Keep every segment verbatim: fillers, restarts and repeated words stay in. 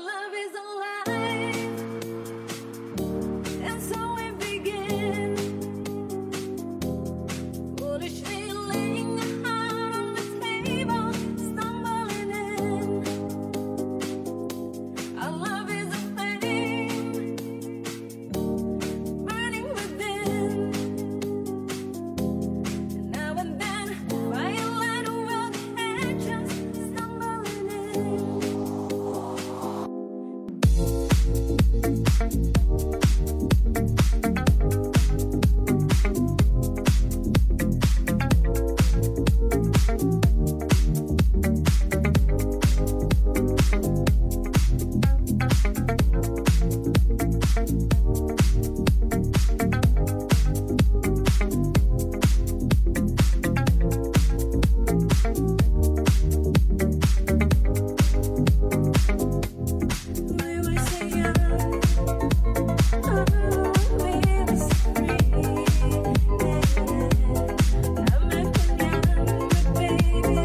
Baby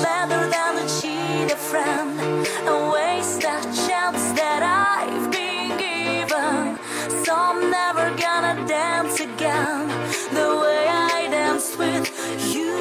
better than a cheated friend and waste that chance that I've been given. So I'm never gonna dance again the way I danced with you.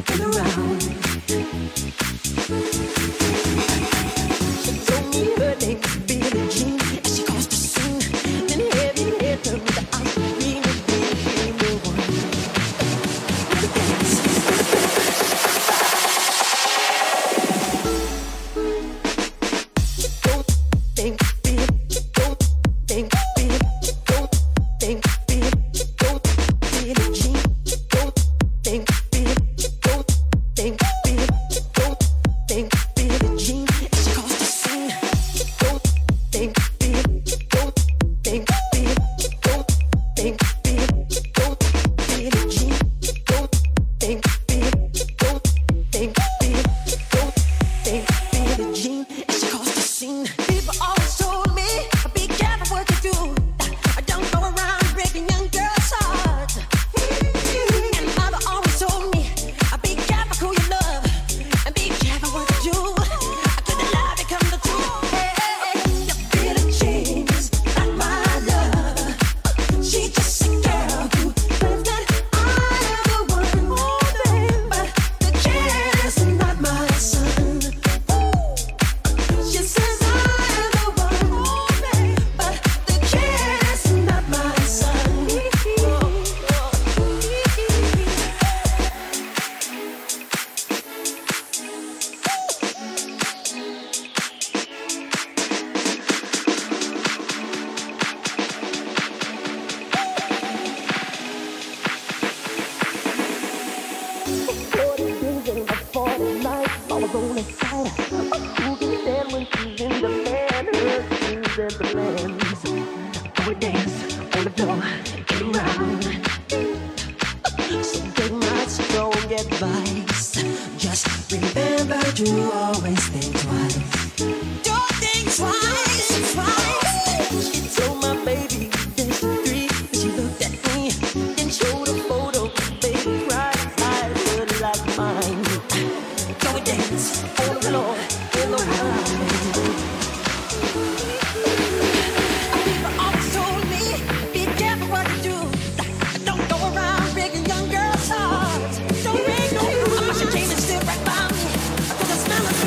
Smell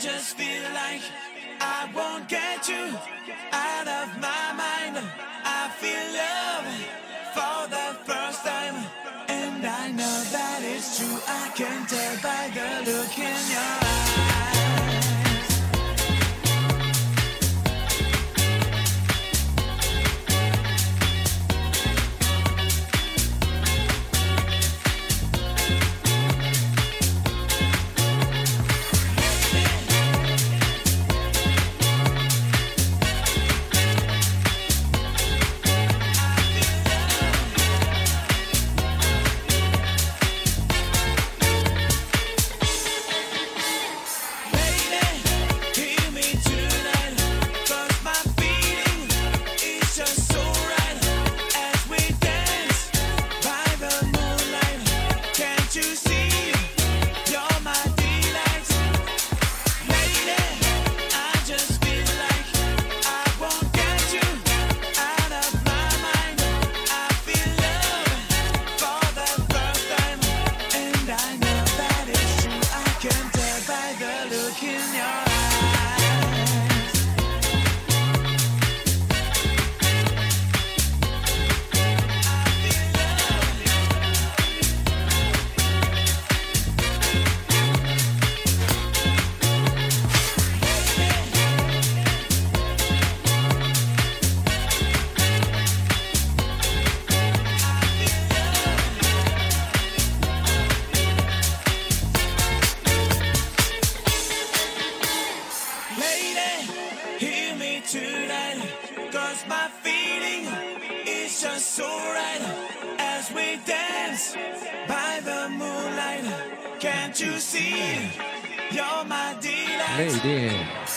just feel like I won't get you out of my mind. I feel love for the first time, and I know that it's true. I can tell by the look in your eyes. Lady,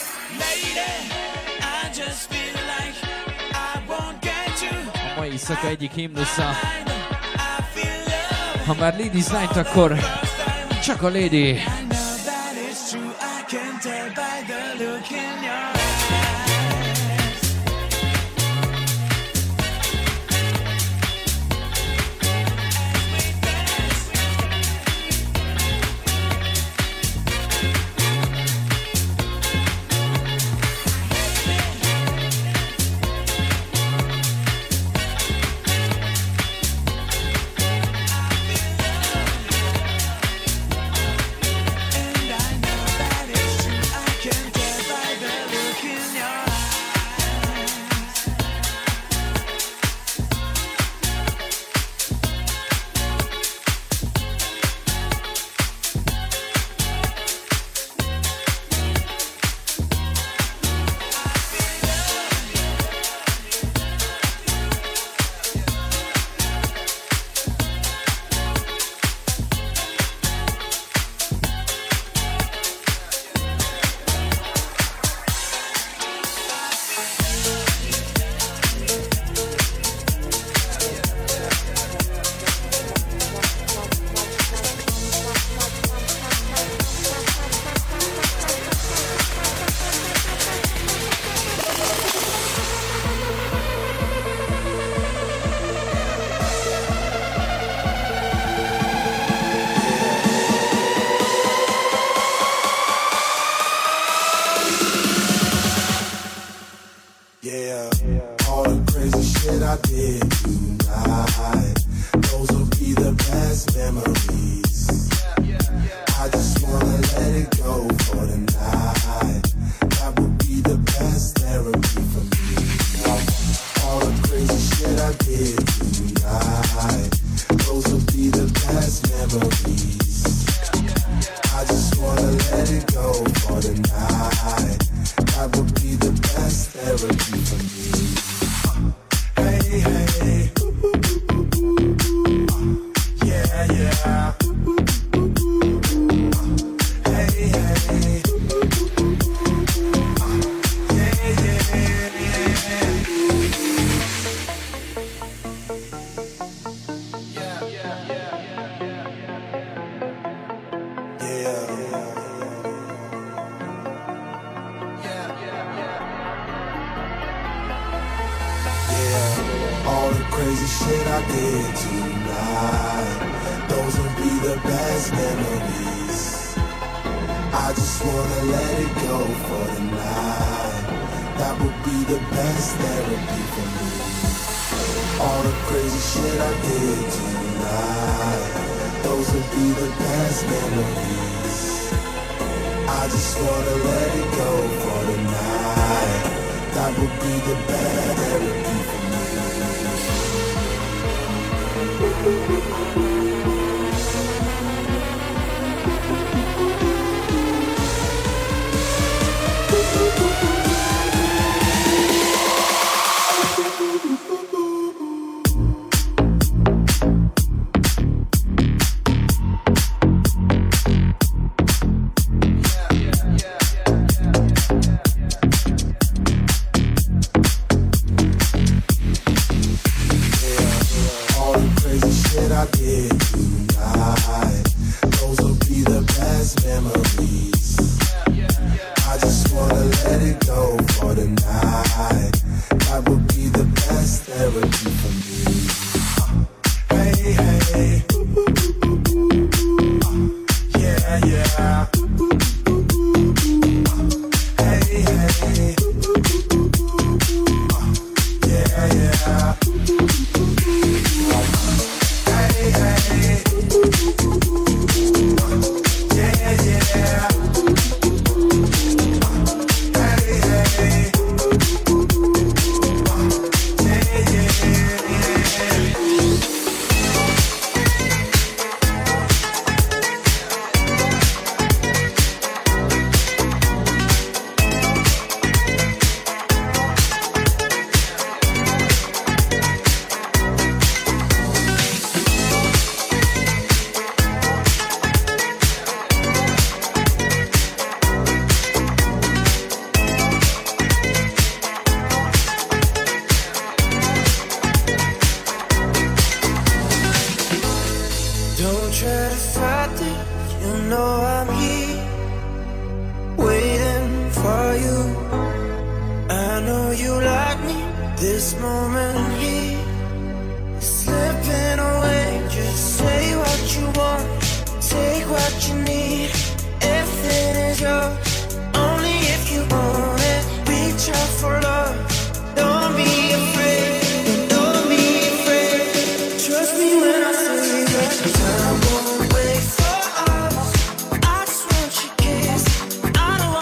a mai éjszaka egyik himnusza. Ha már Ladies Night, akkor csak a Lady. I just wanna let it go for the night. That would be the best therapy for me. All the crazy shit I did tonight, those would be the best memories. I just wanna let it go for the night. That would be the best therapy for me.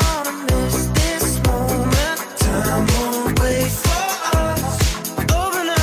Overnight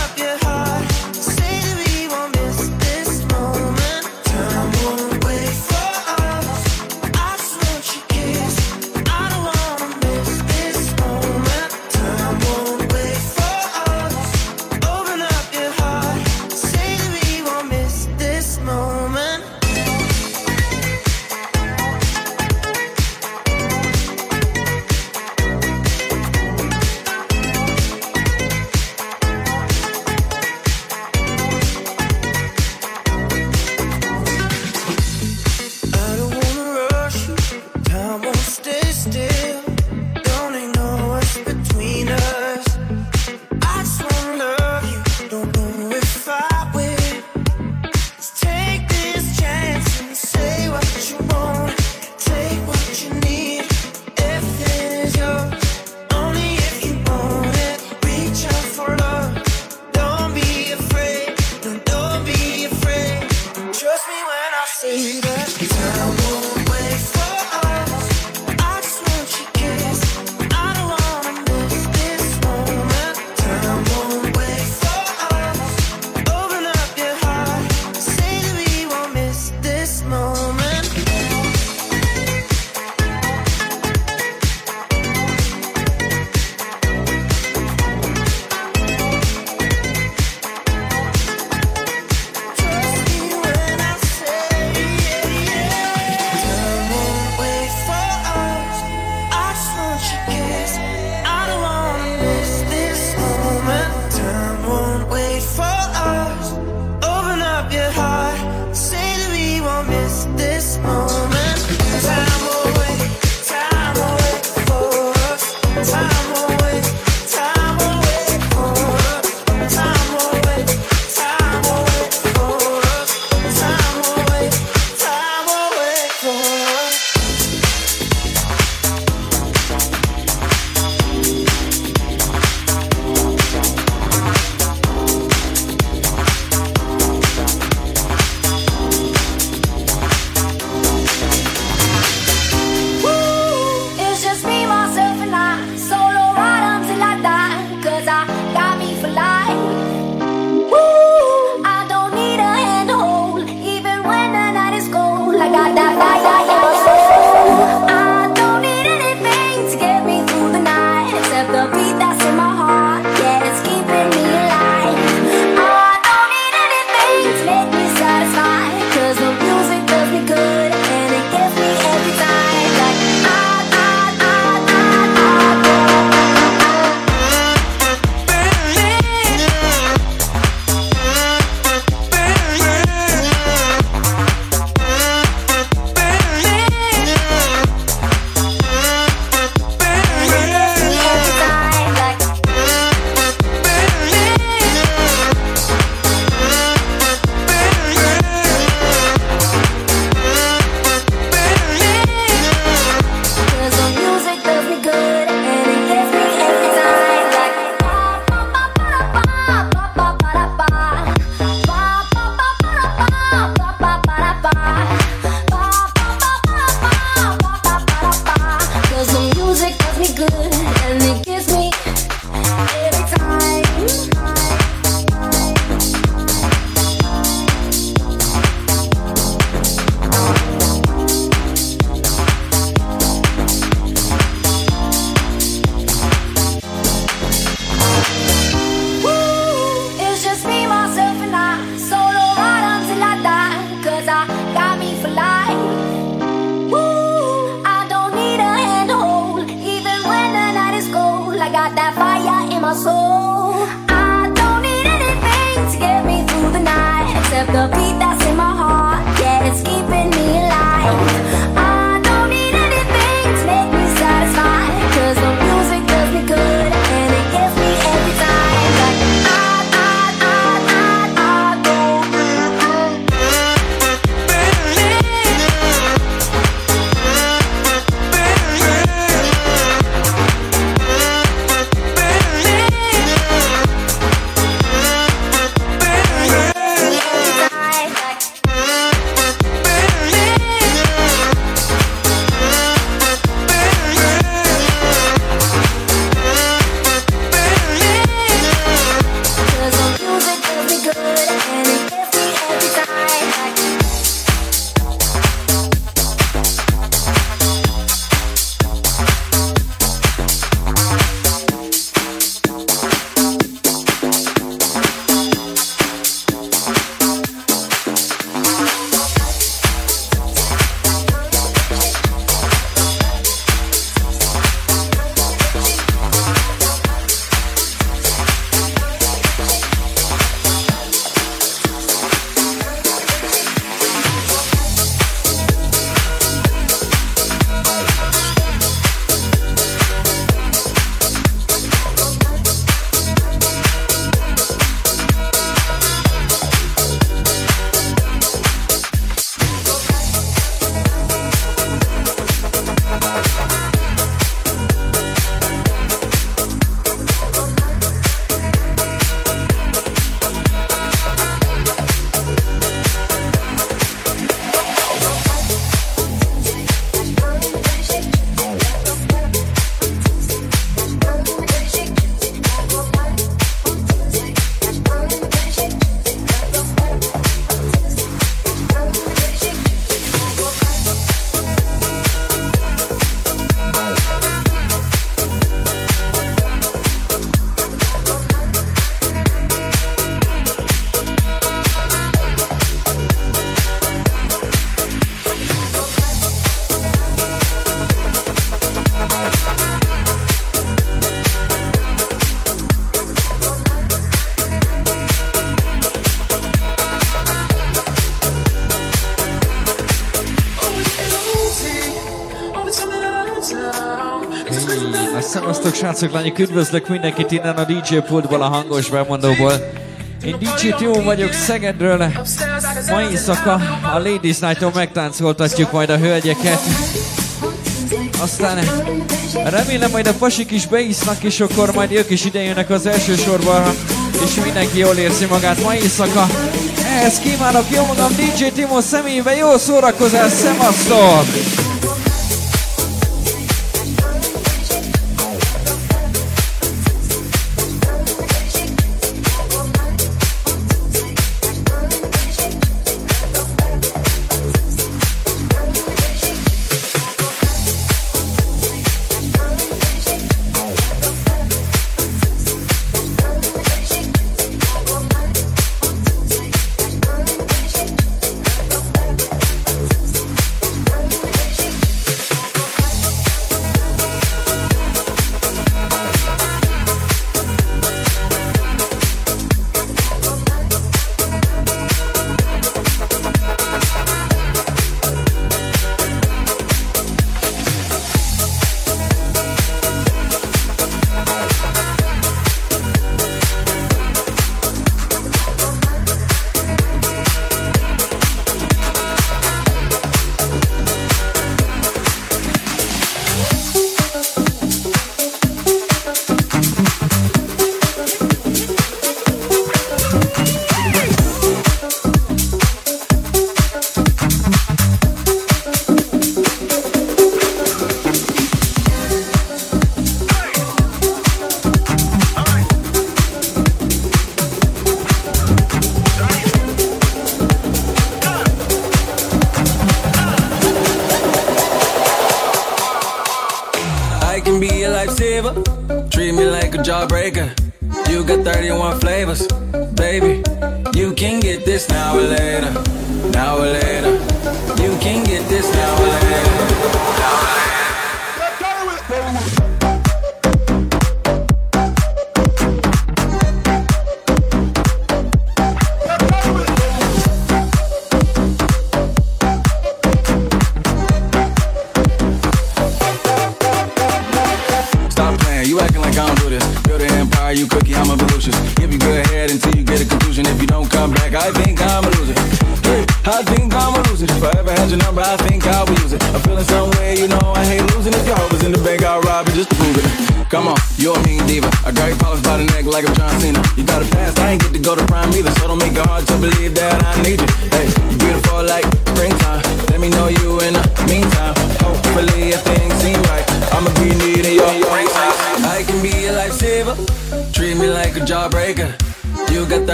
Hey, na szevasztok srácok, lányok, üdvözlök mindenkit innen a dé dzsé pultból, a hangos bemondóból. Én dé dzsé Timo vagyok Szegedről. Ma éjszaka a Ladies Night-on megtáncoltatjuk majd a hölgyeket. Aztán remélem majd a pasik is beisznak, és akkor majd ők is idejönnek az első sorban, és mindenki jól érzi magát ma éjszaka. Ehhez kívánok jó magam dé dzsé Timo személyében jó szórakozás, szevasztok!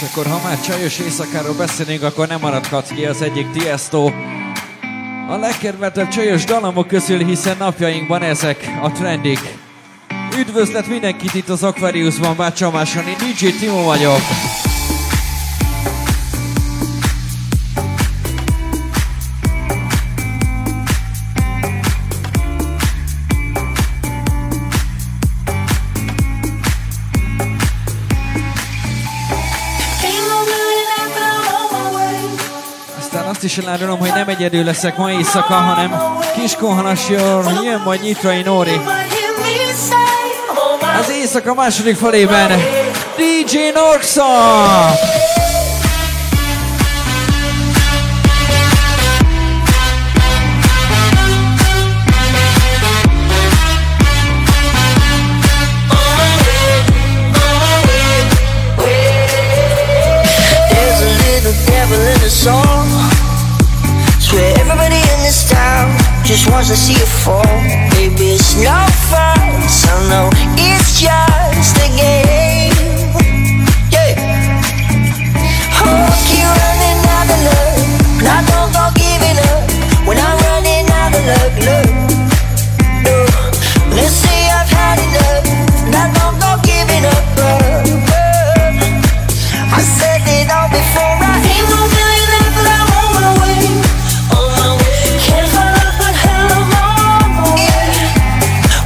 És akkor ha már csajos éjszakáról beszélünk, akkor nem maradhat ki az egyik Tiesto a legkedveltebb csajos dallamok közül, hiszen napjainkban ezek a trendik. Üdvözlet mindenkit itt az Aquariusban, Bácsamáson, én dé dzsé Timo vagyok. Azt is elárulom, hogy nem egyedül leszek ma éjszaka, hanem Kiskohanas jön majd Nyitrai Nóri. Az éjszaka második felében dé dzsé Norxa! Swear everybody in this town just wants to see you fall. Maybe it's no fun, so no, it's just a game. Yeah. Oh, keep running out of love, not don't go giving up. When I'm running out of luck, look, no. Let's say I've had enough, not don't go giving up. Uh, uh. I said it all before. I ain't no millionaire, but I'm on my way.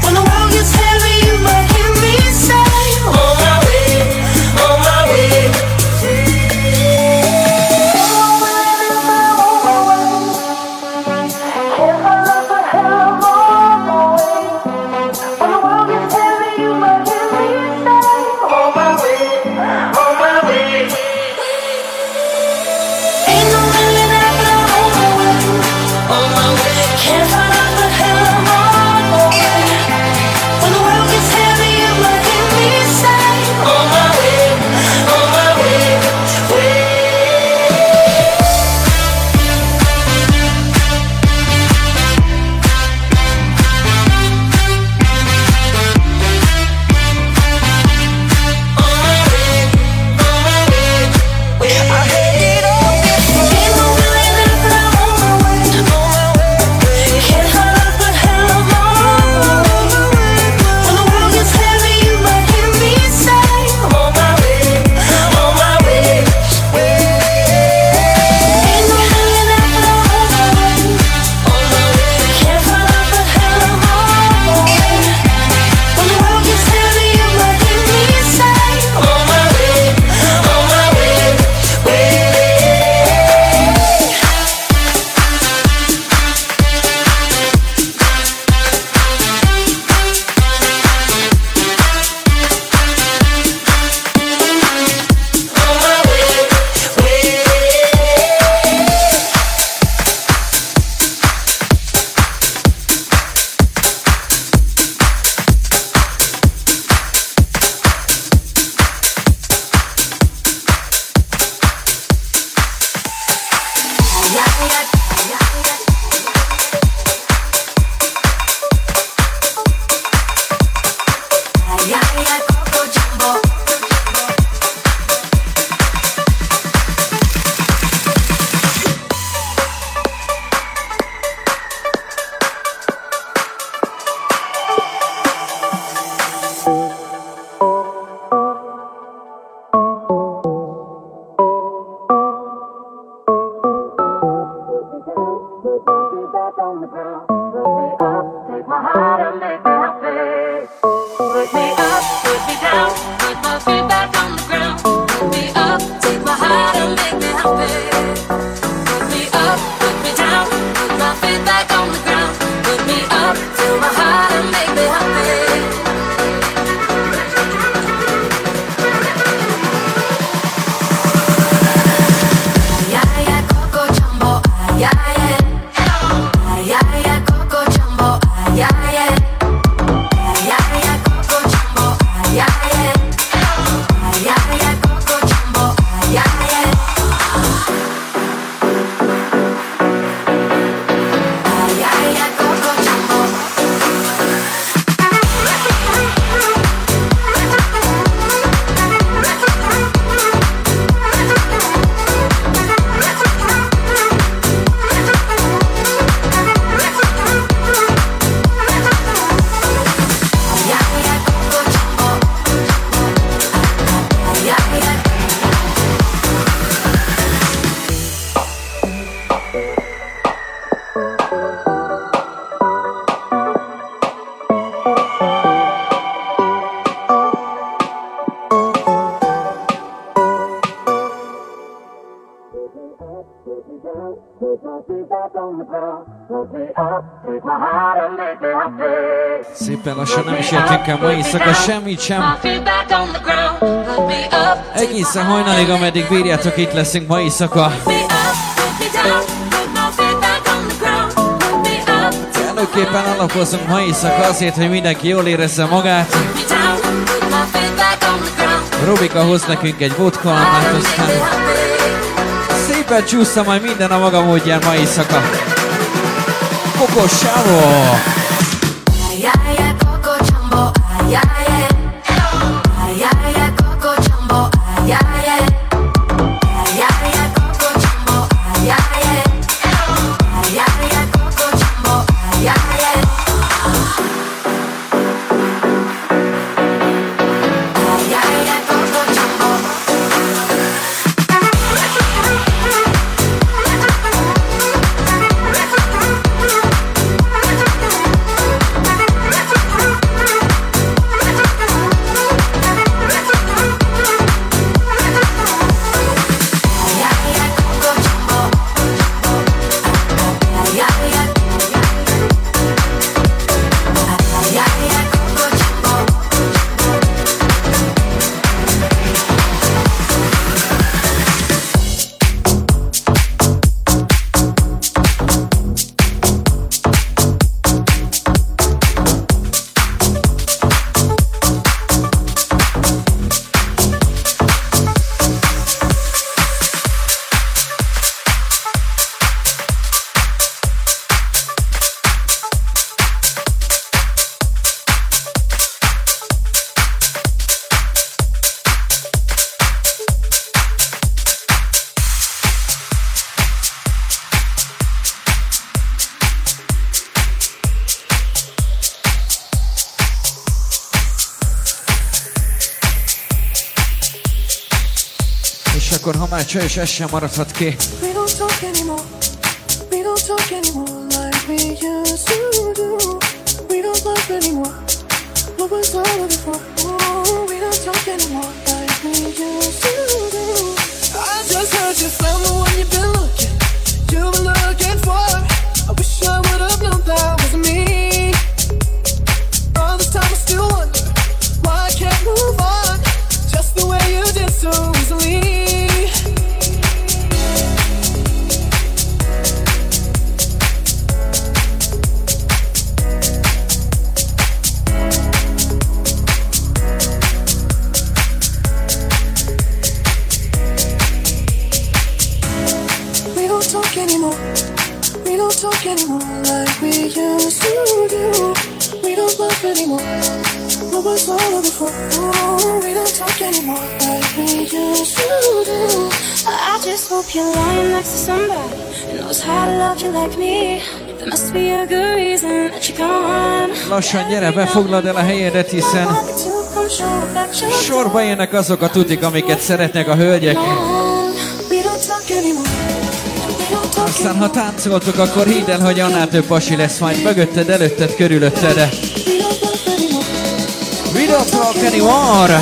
Szépen lassan nem is értünk el ma éjszaka semmit sem. Egészen hajnalig, ameddig bírjátok, itt leszünk ma éjszaka. Előképpen alapozunk ma éjszaka azért, hogy mindenki jól érezze magát. Robika hoz nekünk egy vodka-annát, aztán szépen csúszta majd minden a maga módján ma éjszaka. Coco Chavo! Ay, ay, ay, Coco Jumbo, ay, ay, ay. Ay, ay, ay, Coco Jumbo, ay, ay, ay. Ay, ay, ay, Coco Jumbo, ay, ay, ay. Ay, ay, ay, Coco Jumbo, ay, ay, ay. Ay, ay, ay, Coco Jumbo. Akkor ha már csajos, ez sem maradhat ki. We don't talk anymore. We don't talk anymore like we used to do. We don't laugh anymore. What was all of it for? Oh, we don't talk anymore like we used to do. I just heard you found the one you've been looking. You've been looking for. I wish I would have known that wasn't me. All this time I still wonder why I can't move on just the way you did so easily. Anymore. We don't talk anymore like we used to do. We don't laugh anymore. What was all of it for? Oh, we don't talk anymore like we used to do. I just hope you're lying next to somebody who knows how to love you like me. There must be a good reason that you're gone. Lassan gyere, befoglald el a helyedet, hiszen sorba jönnek azok a tudik, amiket szeretnek a hölgyek. We don't talk anymore. Aztán ha táncoltok, akkor hidd el, hogy annál több pasi lesz majd mögötted, előtted, körülötted. We don't talk anymore.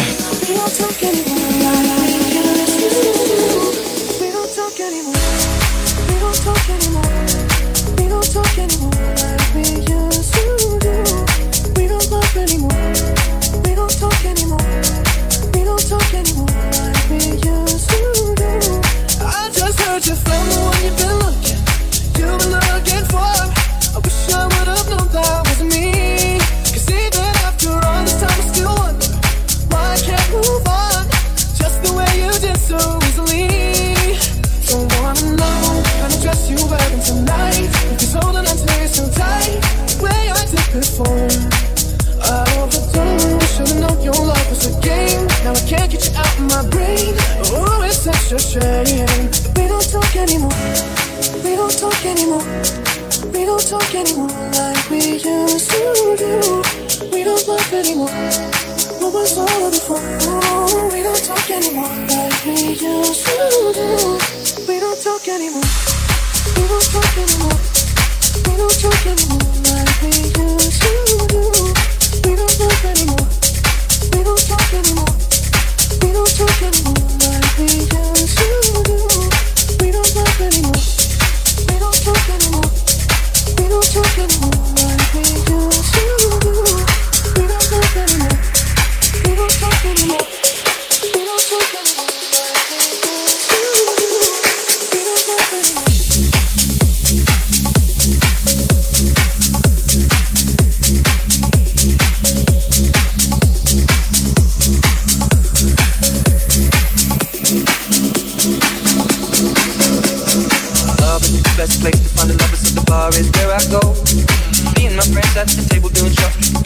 You found the one you've been looking, you've been looking for. I wish I would have known that wasn't me. Cause even after all this time I still wonder why I can't move on just the way you did so easily. Don't wanna know how to dress you wearing tonight. If you're holding on to me so tight, the way I did before. I overdosed, should've known your love was a game. Now I can't get you out of my brain. Oh, it's such a shame. We don't talk anymore. We don't talk anymore. We don't talk anymore like we used to do. We don't laugh anymore. What was all of it for? Oh, we don't talk anymore like we used to do. We don't talk anymore. We don't talk anymore. We don't talk anymore like we used to do. We don't laugh anymore. We don't talk anymore. We don't talk anymore like we used to do. We don't laugh anymore. We don't talk anymore.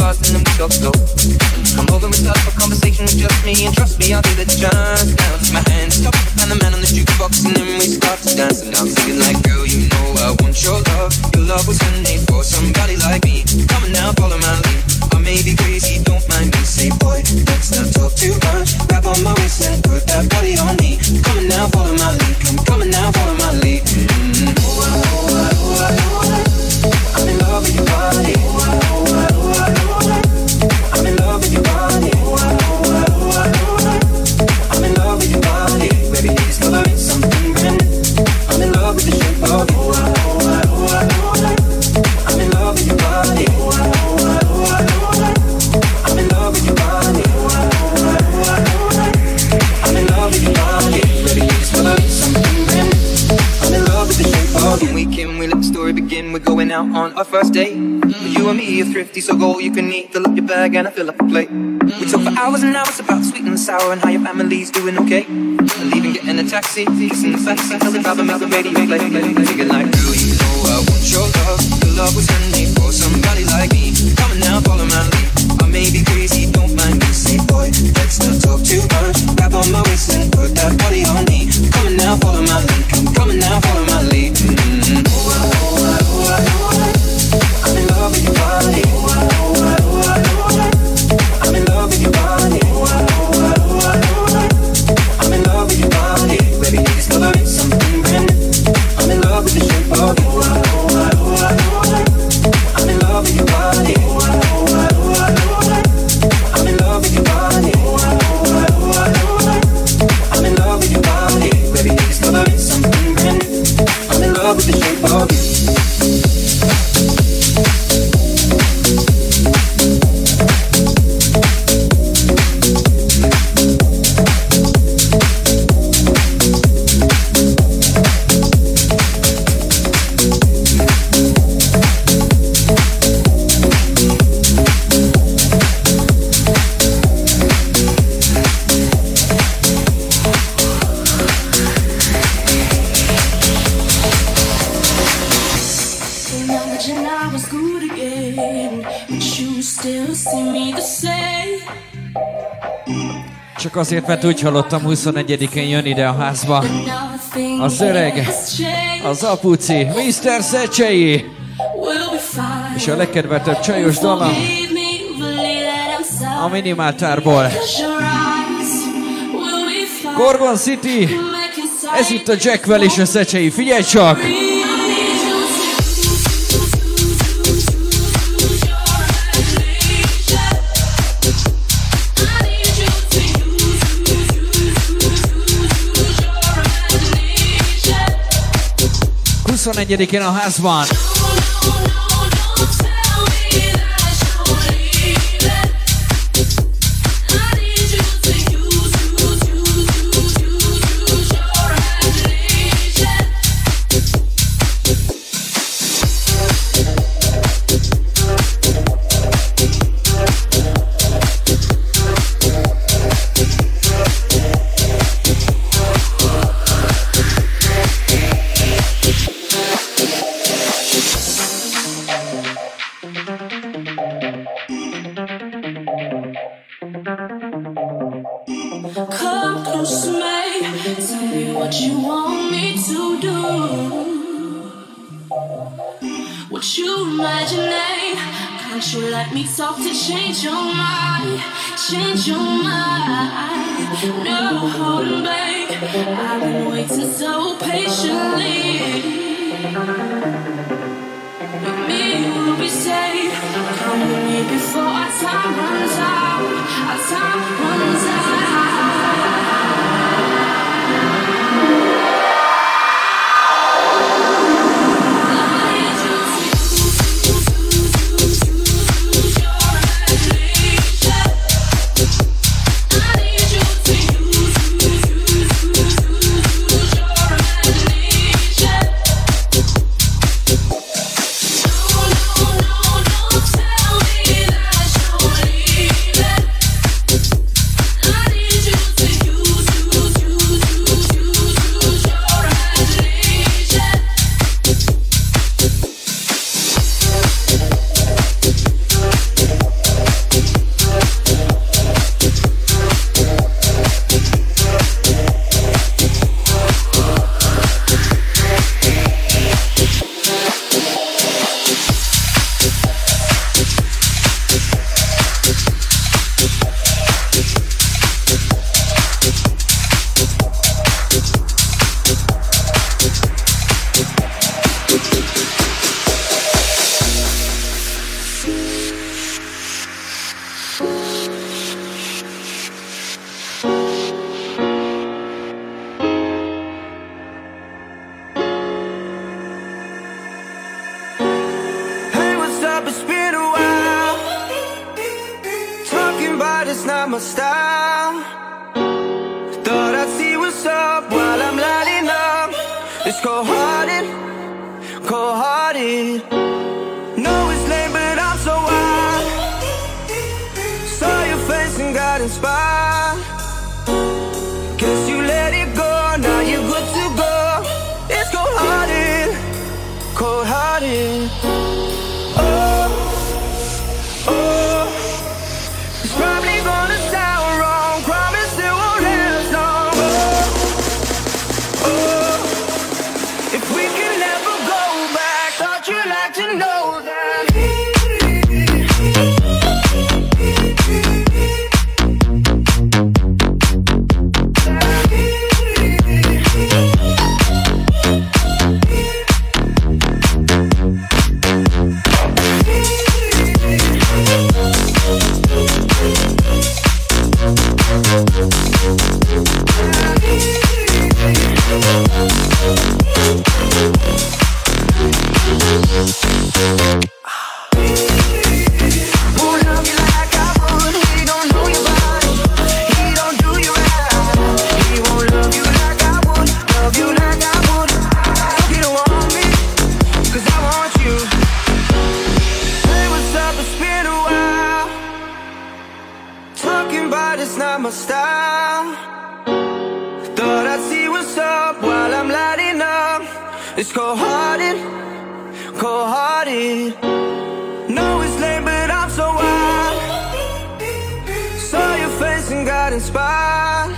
fast and then we talk slow. Come over and start up a conversation with just me, and trust me, I'll do the just dance. My hands stop and the man on the jukebox, and then we start to dance. And I'm singing like, girl, you know I want your love. Your love was handmade for somebody like me. Come on now, follow my lead. I may be crazy, don't mind me. Say, boy, let's not talk too much. Grab on my waist and put that body on me. Come on now, follow my lead. Come, come on now, follow my lead. Mm-hmm. Ooh, ah, ooh, ah, ooh, ah, ooh, ah. I'm in love with your body. Ooh, ah, ooh, ah, ooh, ah, ooh, ah. I'm in love with your body. Ooh, ah, ooh, ah, ooh, ah, ooh, ah. I'm in love with your body. Baby, you're discovering something brand new. I'm in love with the shape of you. Ooh, ah, ooh, ah, ooh, ah, ooh, ah. I'm in love with your body. Ooh, ah, ooh, ah, ooh, ah, ooh, ah. I'm in love with your body. Ooh, ah, ooh, ah, ooh, ah, ooh, ah. I'm in love with your body. Baby, you're discovering something brand new. I'm in love with the shape of you. We can, we let the story begin. We're going out on our first date. You and me are thrifty, so go all you can eat. Fill up your bag and I fill up a plate. We talk for hours and hours about sweet and sour and how your family's doing okay. And leaving, getting a taxi, kissing the fancy, telling Bob about the radio play, play, play. Singing like, girl, you know I want your love. Your love was handmade for somebody like me. Come on now, follow my lead. I may be crazy, don't mind me. Say, boy, let's not talk too much. Grab on my waist and put that body on me. Come on now, follow my lead. Come, come on now, follow my lead. Mm-hmm. Ooh, ah, ooh, ah, ooh, ah, ooh, ah. I'm in love with your body. Ooh, ah, ooh, ah, ooh, ah, ooh, ah. I'm in love with your body. Ooh, ah, ooh, ah, ooh, ah, ooh, ah. I'm in love with your body. Baby, you're discovering something brand new. I'm in love with the shape of you. Ooh, ah, ooh, ah, ooh, ah, ooh, ah. I'm in love with your body. Ooh, ah, ooh, ah, ooh, ah, ooh, ah. I'm in love with your body. Ooh, ah, ooh, ah, ooh, ah, ooh, ah. I'm in love with your body. Baby, you're discovering something brand new. I'm in love with the shape of you. Csak azért, mert úgy hallottam, huszonegyedikén jön ide a házba az öreg, az apuci, miszter Szecsei, és a legkedveltebb csajos dallam a minimáltárból. Gorgon City, ez itt a Jackwell és a Szecsei, figyelj csak! huszonegyedikén a házban. Change your mind, change your mind. No holding back. I've been waiting so patiently. With me, we'll be safe. Come with me before our time runs out. Our time runs out. Tell me that but it's not my style. Thought I'd see what's up while I'm lighting up. It's cold-hearted, cold-hearted. Know it's late, but I'm so wild. Saw your face and got inspired. Guess you let it go, now you're good to go. It's cold-hearted, cold-hearted. Oh, oh. It's probably gonna sound wrong. Promise it won't last long. Oh, oh. If we can never go back, thought you'd like to know that. It's cold-hearted, cold-hearted. Know it's late, but I'm so wild. Saw your face and got inspired.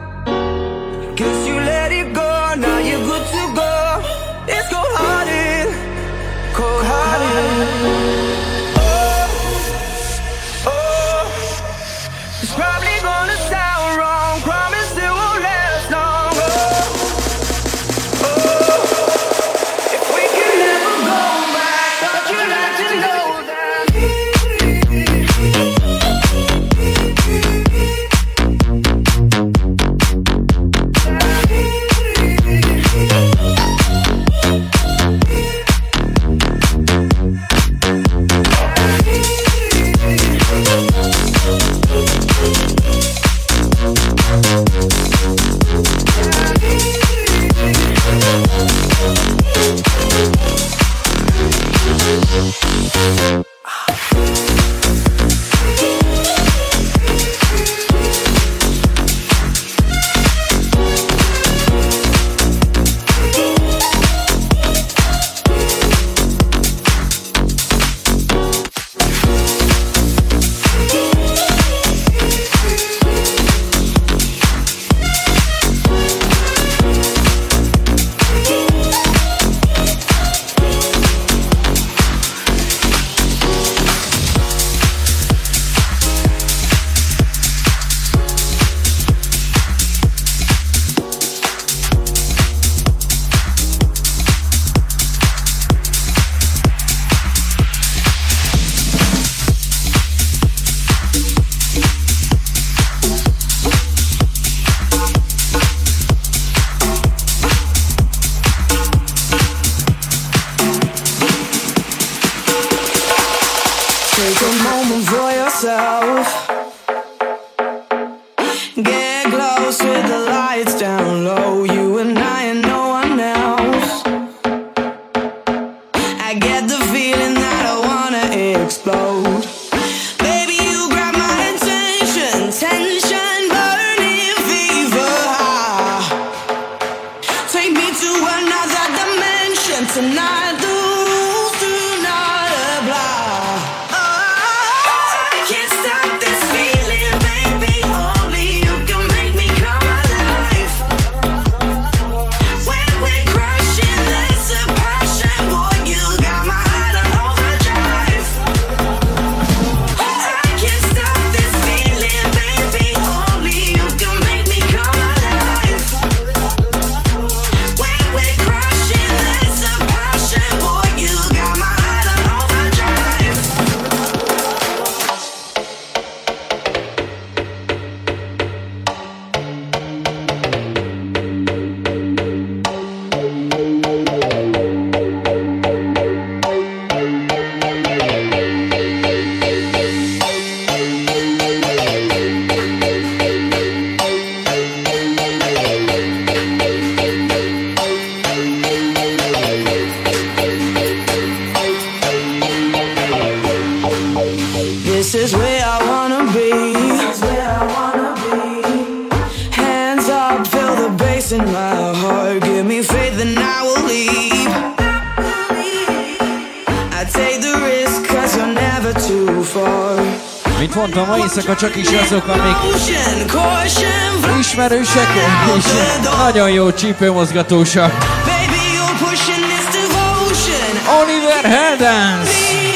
Guess you let it go, now you're good to go. It's cold-hearted, cold-hearted. Oh, oh. It's probably gonna sound wrong. Promise it won't last long. Oh, oh. Feeling, baby, only you can make me come alive. Mint mondtam, ma éjszaka csak is azok, amik ismerősek és nagyon jó csípőmozgatósak. Oliver Heldens!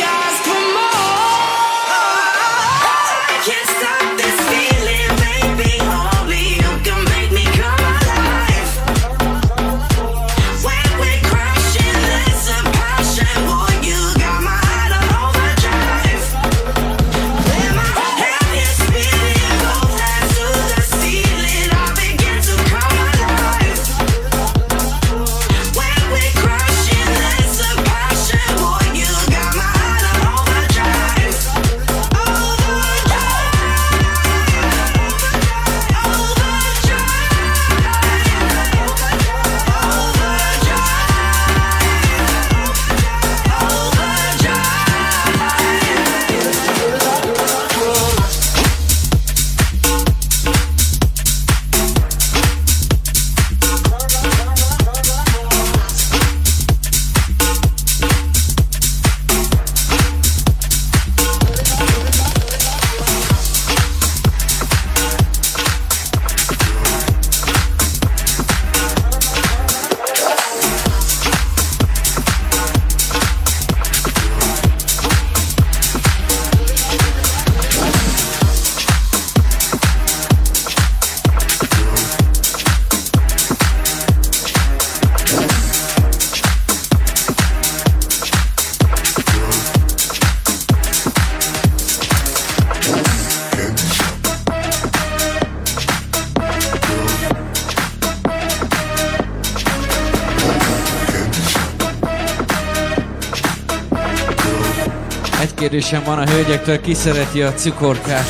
Kérdésem van a hölgyektől, ki szereti a cukorkát?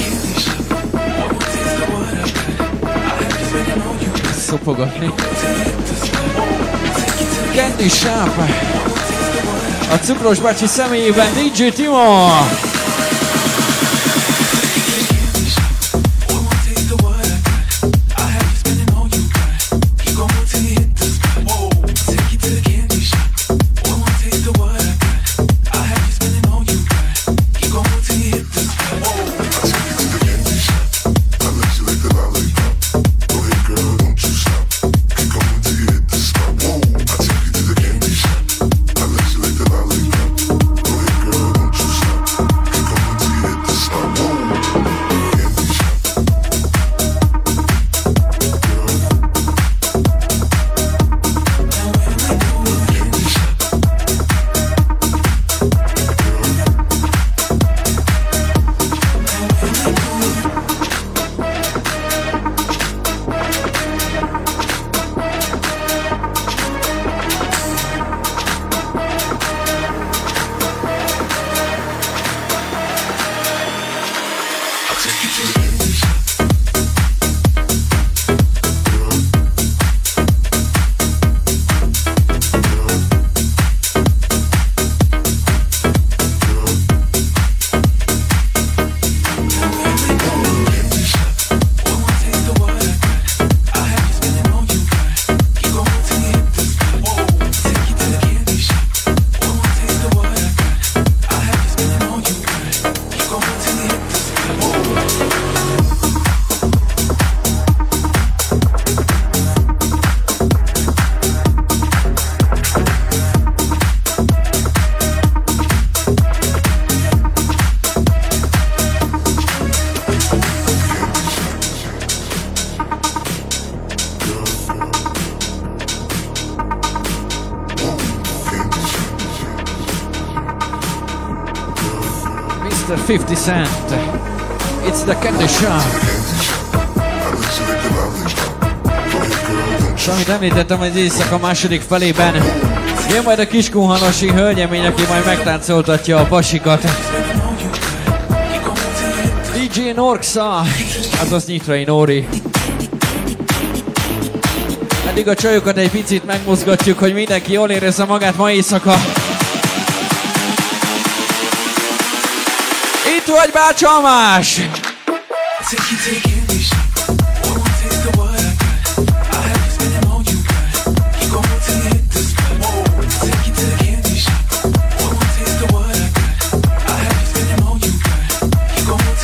Szopogatni. Candy Shop. A Cukros bácsi személyében dé dzsé Timo. fifty Cent. It's the Candy Shop. És amit említettem, az éjszaka második felében jön majd a kiskunhanosi hölgyemény, aki majd megtáncoltatja a pasikat. dé dzsé Norxa, azaz Nyitrai Nóri. Eddig a csajokat egy picit megmozgatjuk, hogy mindenki jól érezze magát ma éjszaka. Itt vagy, bácsamás! Go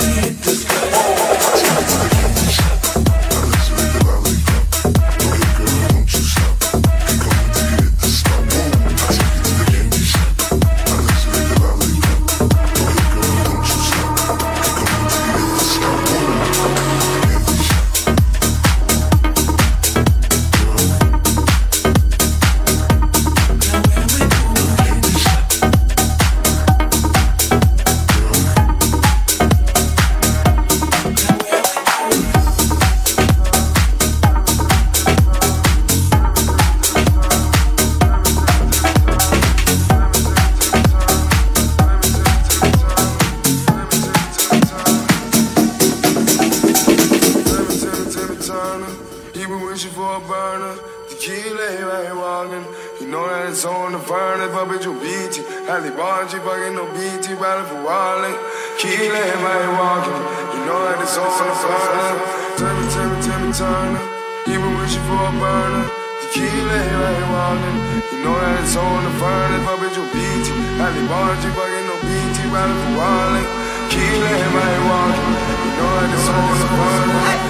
for a burner. Tequila, right walking. You know that it's on the furnace, but bitch, you beat it. Ali Bonji, fucking no B T, battling for walling. Tequila, right walking. You know that it's on the furnace. Tell me, tell me, tell me, Turner. Even wishing for a burner. Tequila, right walking. You know that it's on the furnace, but bitch, you beat it. Ali Bonji, fucking no B T, battling for walling. Tequila, right walking. You know that it's on the furnace.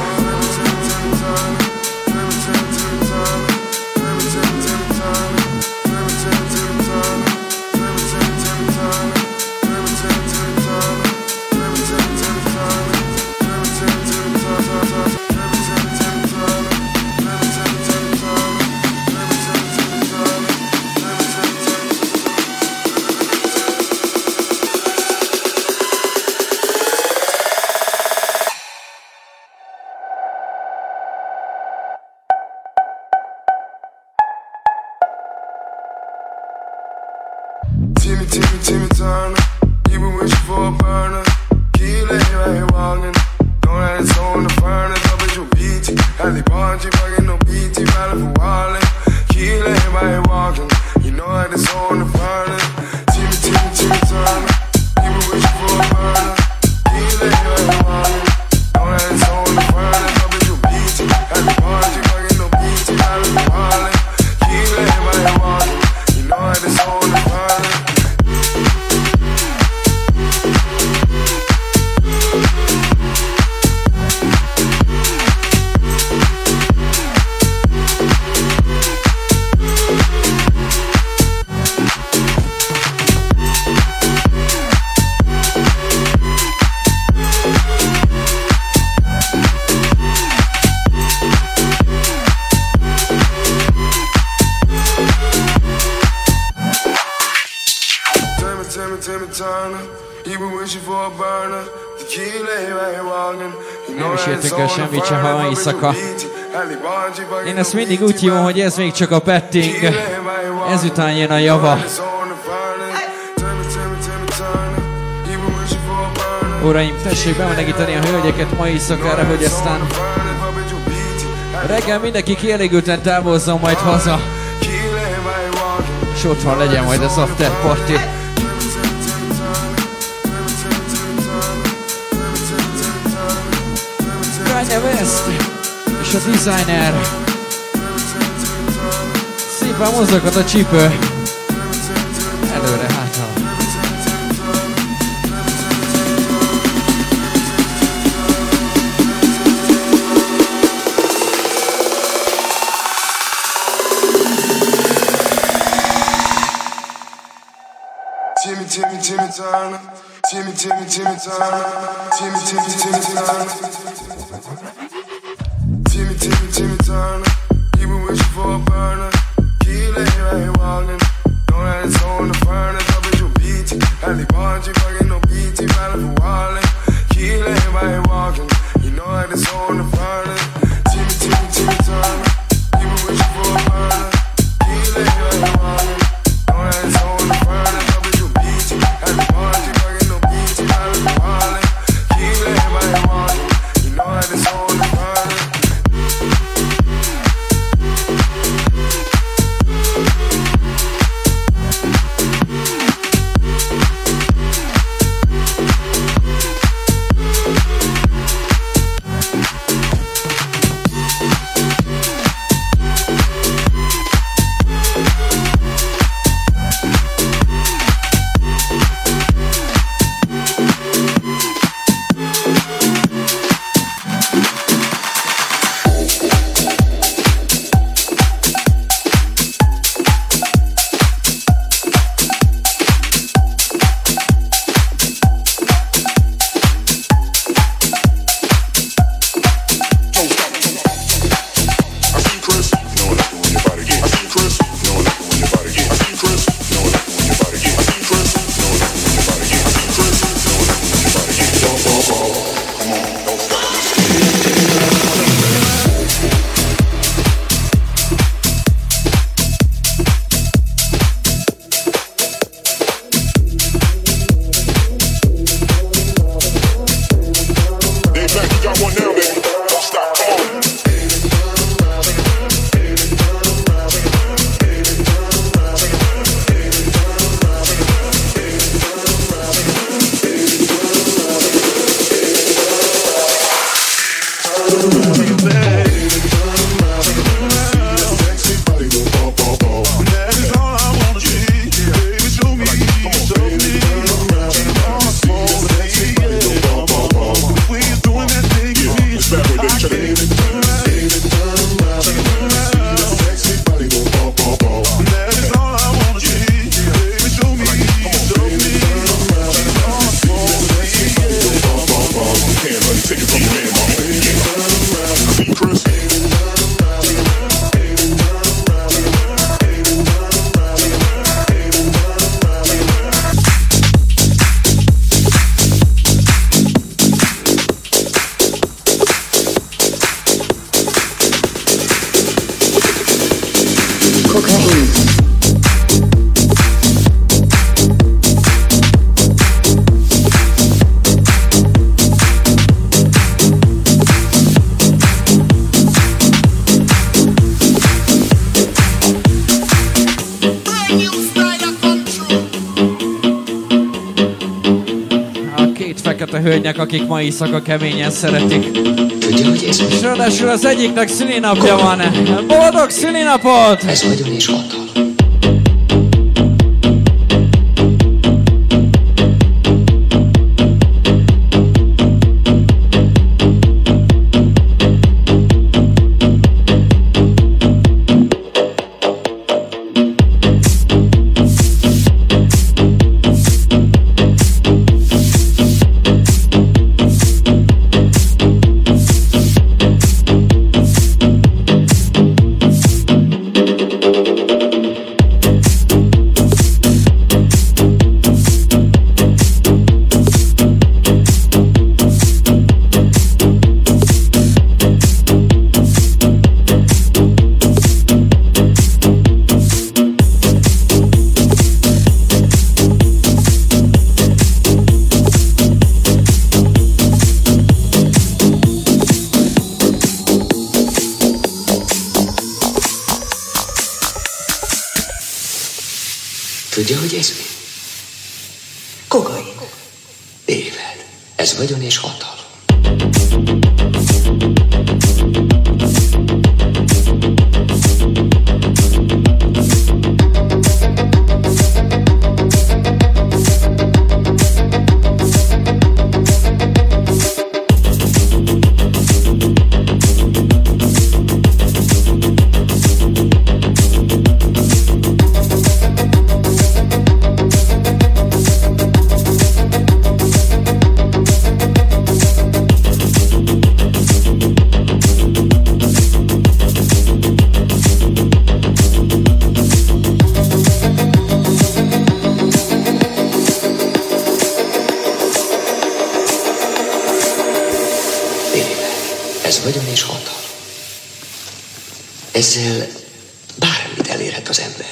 Timmy, Timmy, Timmy Turner. You been wishing for a burner. Key lay right walking. Know that it's on the furnace. I bet you beat it. Ali Bonji, fucking no B T, battling for walling. Key lay right walking. You know that it's on the furnace. Timmy, Timmy, Timmy Turner. You been wishing for a burner. Key lay right walking. Know that it's on the furnace. I bet you beat it. Ali Bonji, fucking no B T, battling for walling. Key lay right walking. You know that it's on the furnace. Nem is értünk el semmit se, ha éjszaka. Én ezt mindig úgy hívom, hogy ez még csak a petting. Ezután jön a java. Uraim, tessék bemenegíteni a hölgyeket ma éjszakára, hogy aztán reggel mindenki kielégülten távozzon majd haza. És otthon legyen majd az after party. Kanye West és a designer. Szépen mozoghat a csípő. Előre, hátra. Timmy, Timmy, Timmy Turner. Timmy, Timmy, Timmy Turner. Timmy, Timmy, Timmy Turner. Timmy, Timmy, Timmy Turner. You been wishing for a burner. Key lay right walking. Know that it's on the furnace. I bet you beat it. Ali Bonji, fucking no B T, battling for walling. Key lay right walking. You know that it's on the furnace. Timmy, Timmy, Timmy Turner. You been wishing for a burner. Key lay right walking. Know that it's on the furnace. I bet you beat it. Ali Bonji, fucking no B T, battling for walling. Key lay right walking. You know that it's on the furnace. hölgynek, akik ma éjszaka keményen szeretik. Tudja, hogy ez És ráadásul az egyiknek szülinapja van. Boldog szülinapot! Ez vagyon és hatalom. Tudja, hogy ez mi? Kokain. Éved. Ez vagyon és hatalom. Ez vagyon és hatalom. Ezzel bármit elérhet az ember.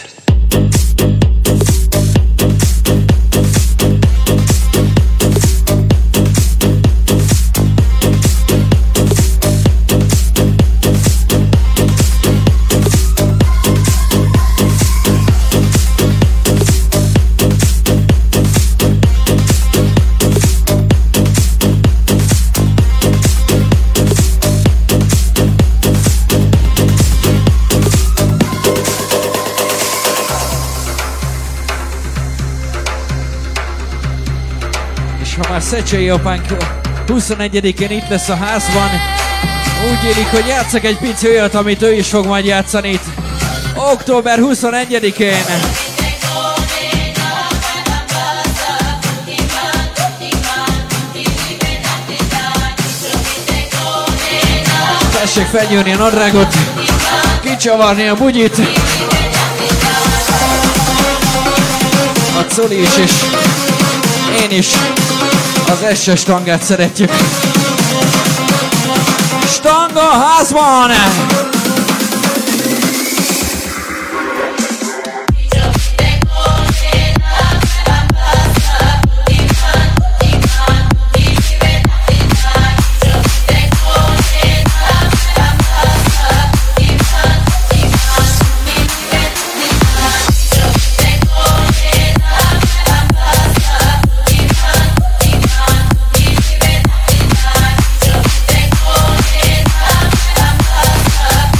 Szecsei apánk huszonegyedikén itt lesz a házban. Úgy élik, hogy játszak egy pici olyat, amit ő is fog majd játszani itt október huszonegyedikén. Tessék felnyúrni a nadrágot, kicsavarni a bugyit. A Coli is, és én is az es-es stangát szeretjük. Stanga házban! Up.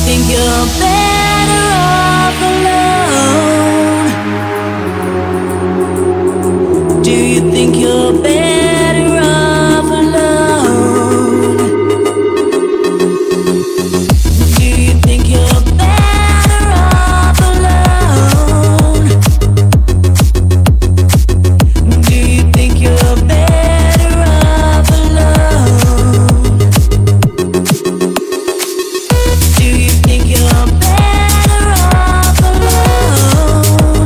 think you're better off alone? Do you think you're better off alone? Do you think you're better off alone? Do you think you're better off alone? Do you think you're better off alone?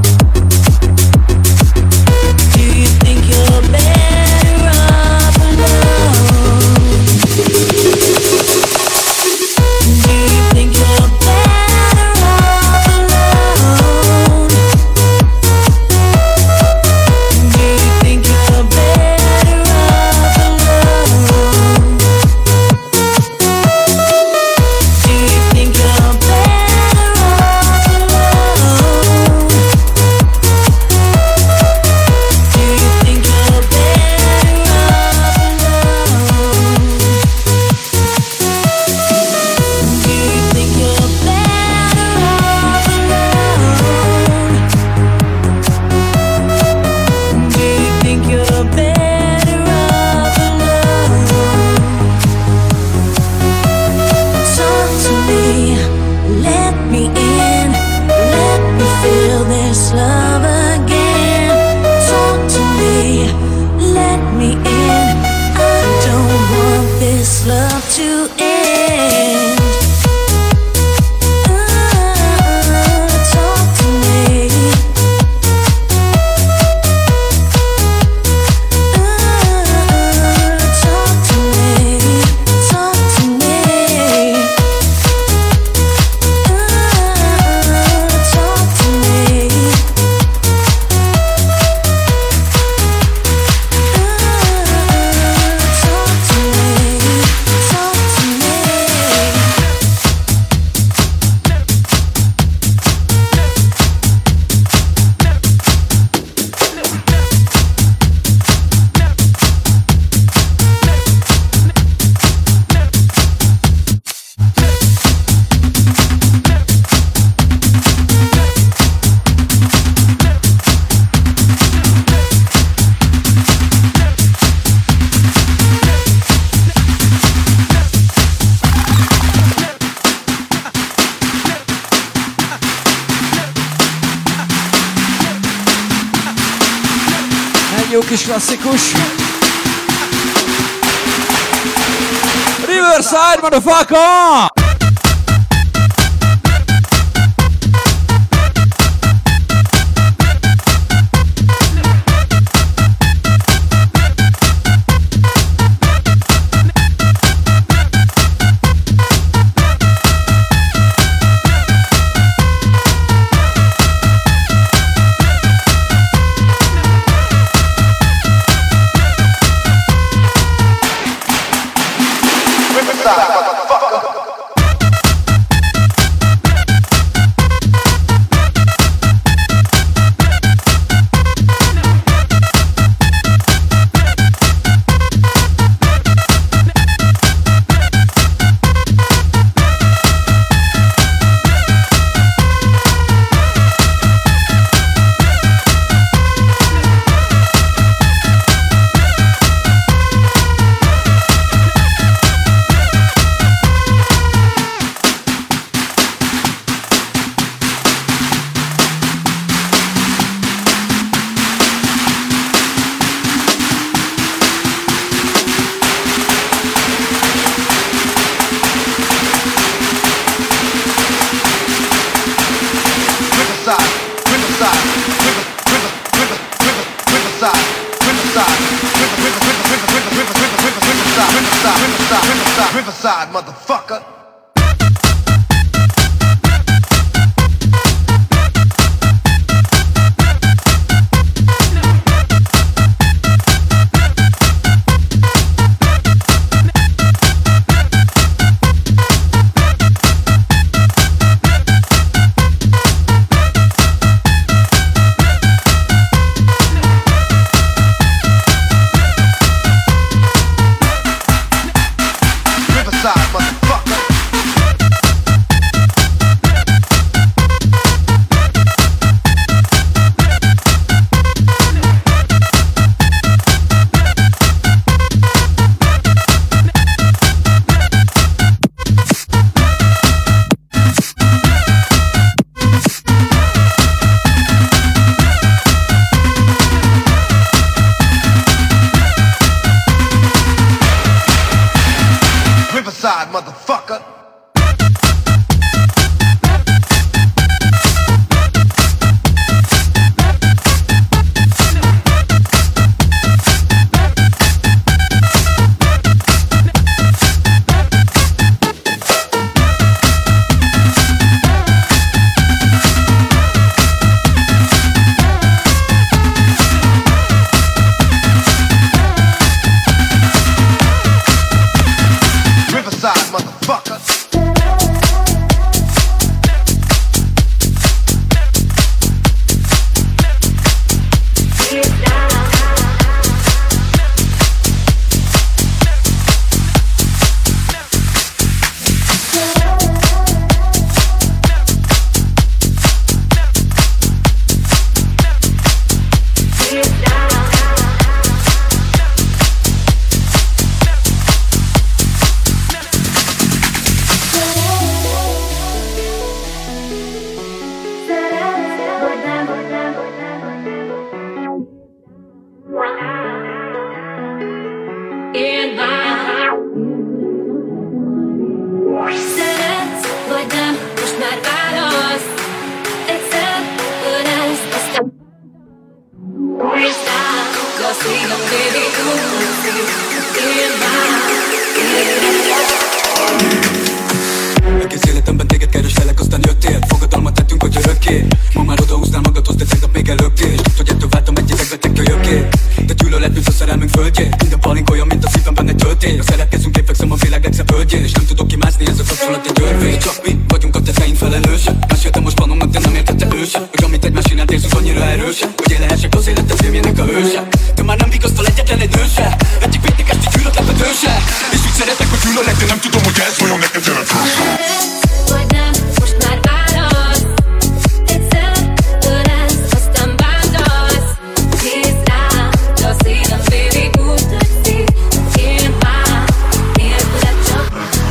Do you think you're better off alone? Do you think you're better off alone? Do you think you're better off alone? Do you think you're better off alone? Do you think you're better off alone? Do you think you're better off alone? Do you think you're better off alone? Talk to me, let me in, let me feel this love again. Talk to me, let me in, I don't want this love to end. Uh, talk to me. Uh, talk to me, talk to me. Uh, talk to me. Egy jó kis klasszikus. Riverside, motherfucker! Riverside, motherfucker. Riverside, motherfucker. Csak mi vagyunk a tetteink felelősek. Meséltem most Panonnak, de nem értette ő se, hogy amit egymás iránt érzünk annyira erősek, hogy én lehessek az életem filmjének a hőse. Te már nem vigasztal egyetlen egy nő se. Egyik péntek esti gyűlölt lepedő se. És úgy szeretek, hogy gyűlölek, de nem tudom, hogy ez vajon neked jelentős. Vagy nem, most már válasz. Egyszer ölelsz, aztán bántasz. Nézd rám, de a szívem félig úgy tökszik. Én már nélküled csak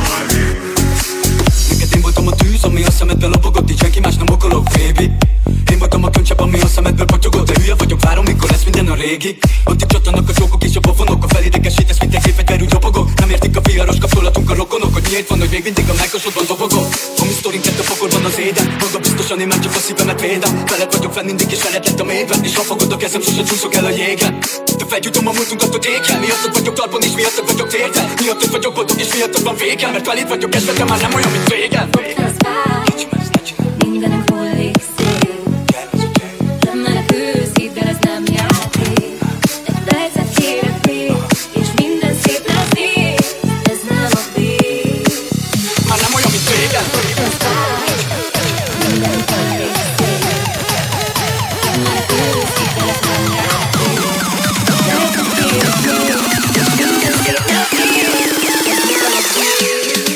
neked én voltam a tűz, ami a szemedben lobogott, így senki más nem okolok, baby. Én voltam a könycsepp, ami a szemedből patyogott, de hülye vagyok, várom, mikor lesz minden a régi. Ott itt csattanak a csókok és a pofonok, a felidegesítesz, mint egy gépfegyverű dobogok. Nem értik a piaros kapcsolatunk a rokonok, hogy miért van, hogy még mindig a melkosodban dobogok. Ami sztorink lett a pokolban az éden, maga biztosan én már csak a szívemet védem. Veled vagyok fenn mindig és veled lett a mélyben, és ha fogod a kezem, sose csúszok el a jégen. De felgyújtom a múltunkat a téken, miattad vagyok talpon és miattad vagyok térden. Miattad vagyok boldog és miattad van végem, mert veled vagyok esve, de már nem olyan, mint régen. mindenem hullik szél. Nem menekülsz, hidd el, ez nem játék. Egy percet kérek még, és minden szép lesz így. Ez nem a vég. Már nem olyan, mint régen. Mindenem hullik szél. Nem menekülsz, hidd el, ez nem játék. Percet kérek még, és minden szép lesz így. Ez nem a vég.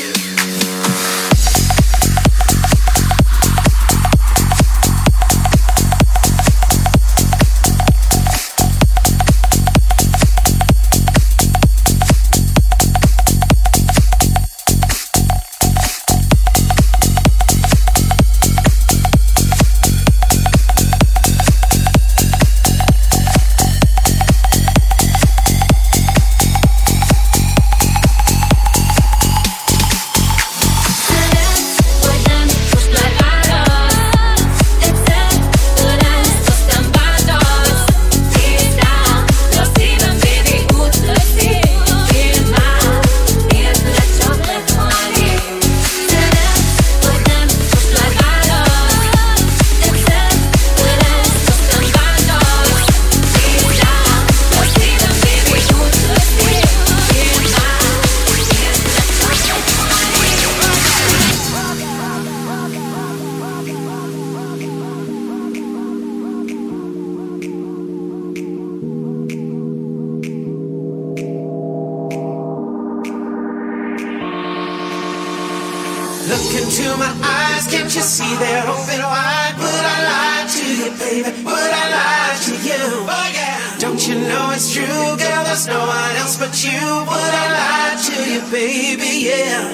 Look into my eyes, can't you see they're open wide? Would I lie to you, baby? Would I lie to you? Oh yeah. Don't you know it's true, girl? There's no one else but you. Would I lie to you, baby? Yeah.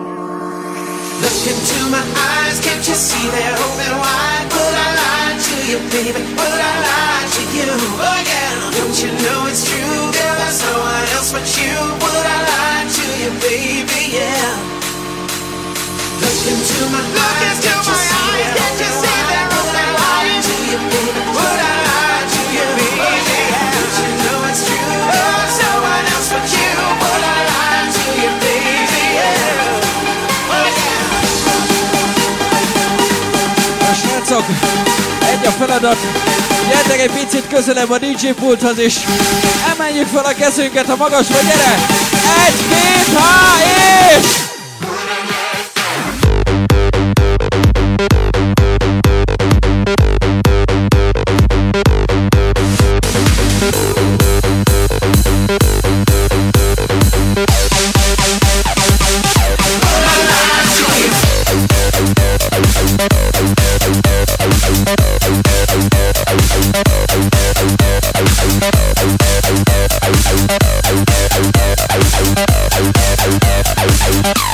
Look into my eyes, can't you see they're open wide? Would I lie to you, baby? Would I lie to you? Oh yeah. Don't you know it's true, girl? There's no one else but you. Would I lie to you, baby? Yeah. Look into my eyes, can't you see that? Can't you see that? Would I lie to you, baby? Would I lie to you, baby? Don't you know it's true? There's no one else but you. Would I lie to you, baby? Yeah. Oh yeah. A srácok, egy a feladat. Gyertek egy picit közelebb a dé dzsé pulthoz is. Emeljük fel a kezünket a magasba, gyere! Egy, két, há, és... We'll be right back.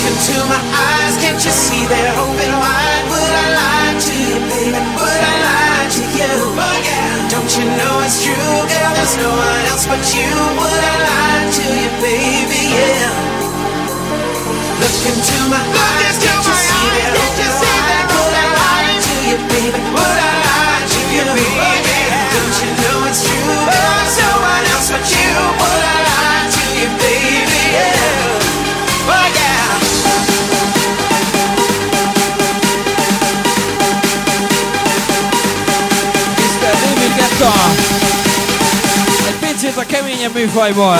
into my eyes, can't you see they're open wide? Would I lie to you, baby? Would I lie to you? Oh yeah. Don't you know it's true, girl? There's no one else but you. Would I lie to you, baby? Yeah. Look into my eyes, can't you see they're open wide? Would I lie to you, baby? Would I lie to you, baby? Don't you know it's true, girl? There's no one else but you. Would I lie to you, baby? Yeah. Oh yeah. miszter David Guetta. Egy picit a keményebb műfajból.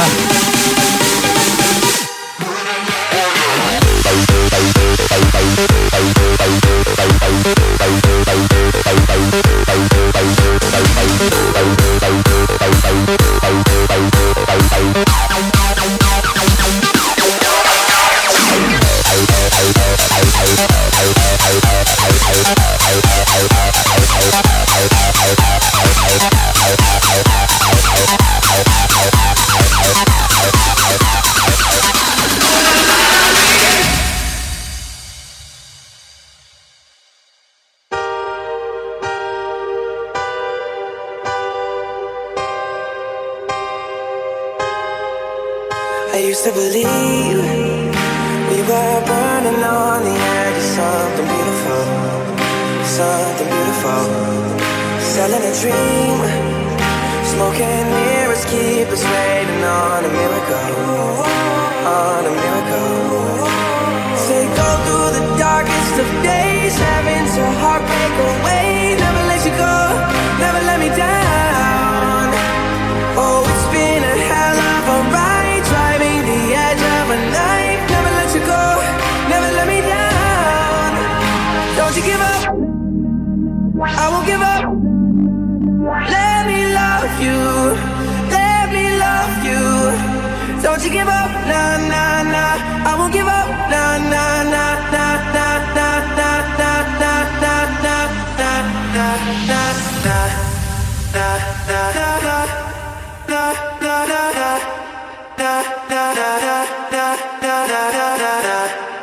I used to believe we were burning on the edge of something beautiful, something beautiful. Selling a dream, smoking mirrors keep us waiting on a miracle, on a miracle. Say go through the darkest of days, having to heartbreak away. Never let you go, never let me down. Oh, it's been a hell of a ride, driving the edge of a knife. Never let you go, never let me down. Don't you give up, I won't give up. Let me love you, let me love you. Don't you give up, nah, nah, nah. I won't give up, nah, nah, nah, nah, nah, nah, nah, nah, nah, nah, nah, nah, nah, nah, nah, nah, nah, nah. Na na na na na na na na na na na na.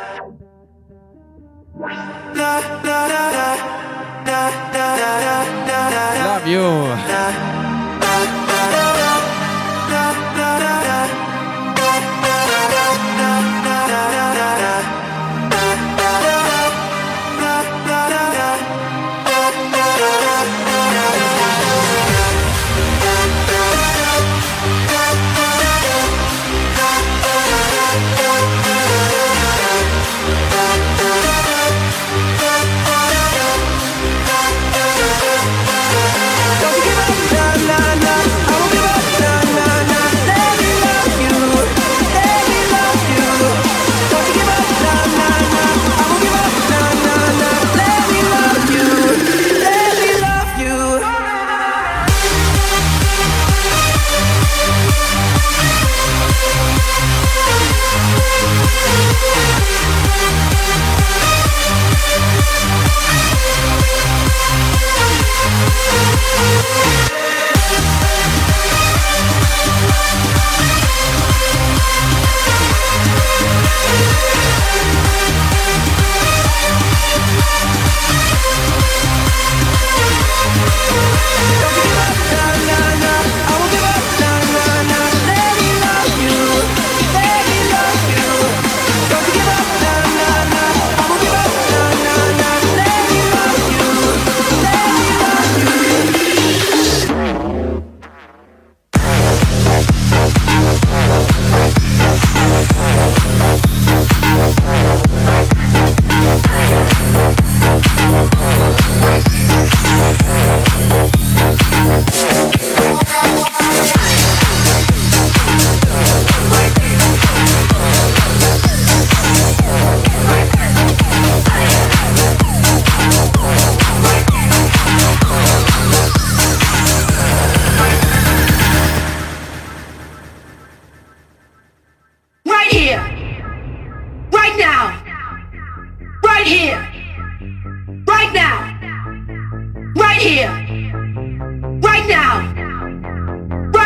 Na na na na na na na na. Love you.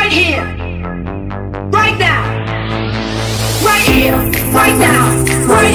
Right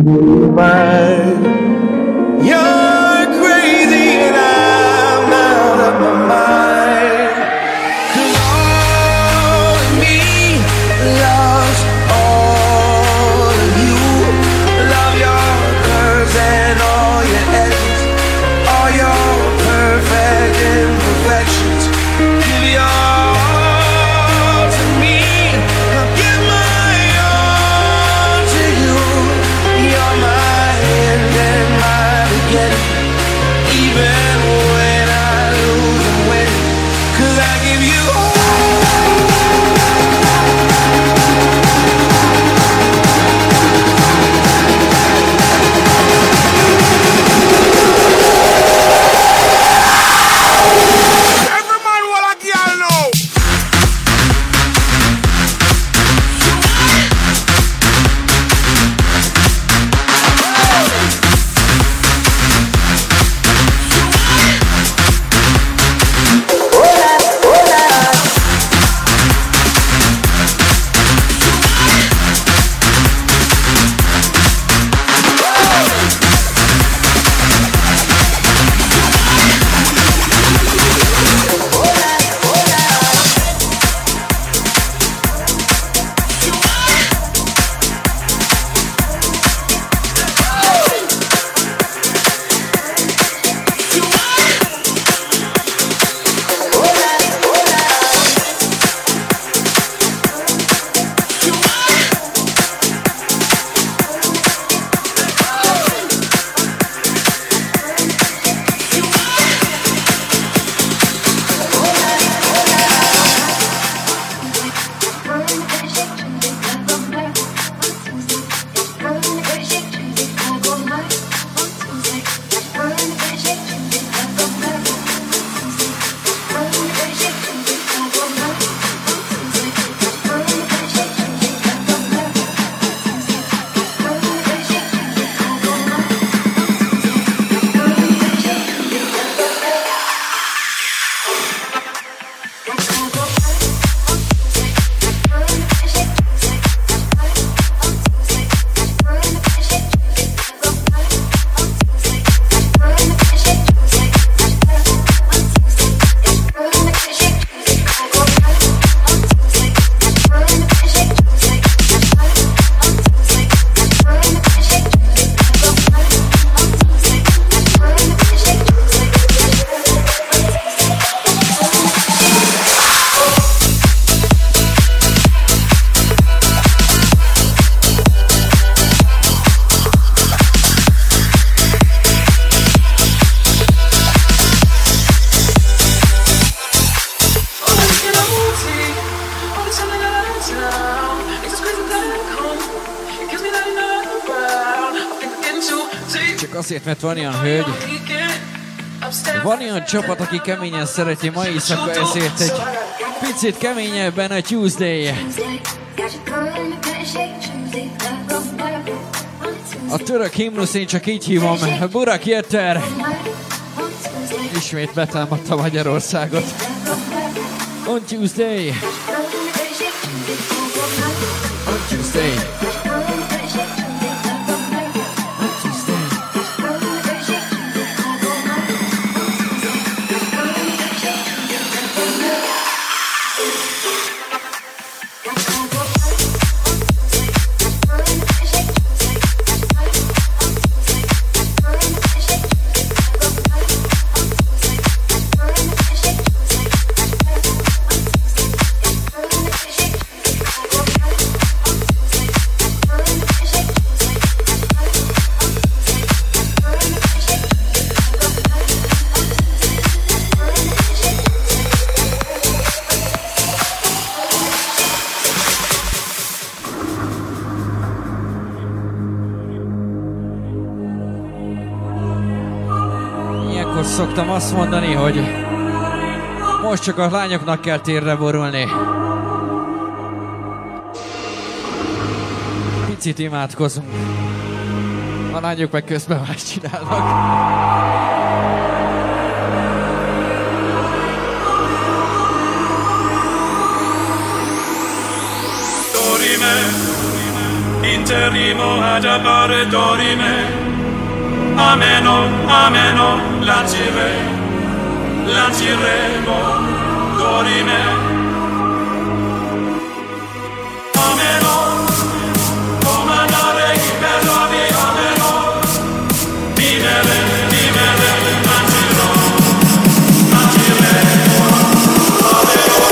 mine. You're crazy and I'm out of my mind. 'Cause all of me loves all of you. Love your curves and all your edges, all your perfect imperfections. Give your all to me, I'll give my all to you. You're my end and my beginning, even when I lose and win. 'Cause I give you all. Azért, mert van olyan hölgy, van olyan csapat, aki keményen szereti ma éjszaka, ezért egy picit keményebben a Tuesday. A török himnusz, én csak így hívom, Burak Yeter ismét betámadta Magyarországot. On Tuesday. On Tuesday. Szoktam azt mondani, hogy most csak a lányoknak kell térre borulni. Picit imádkozunk. A lányok meg közben más csinálnak. Dorime, in Interrimo ad appare dorime, ameno, ameno, lancire, lanciremo, dorime, ameno, comandare i perrovi, ameno, vivere, vivere, lancirò, lanciremo, ameno.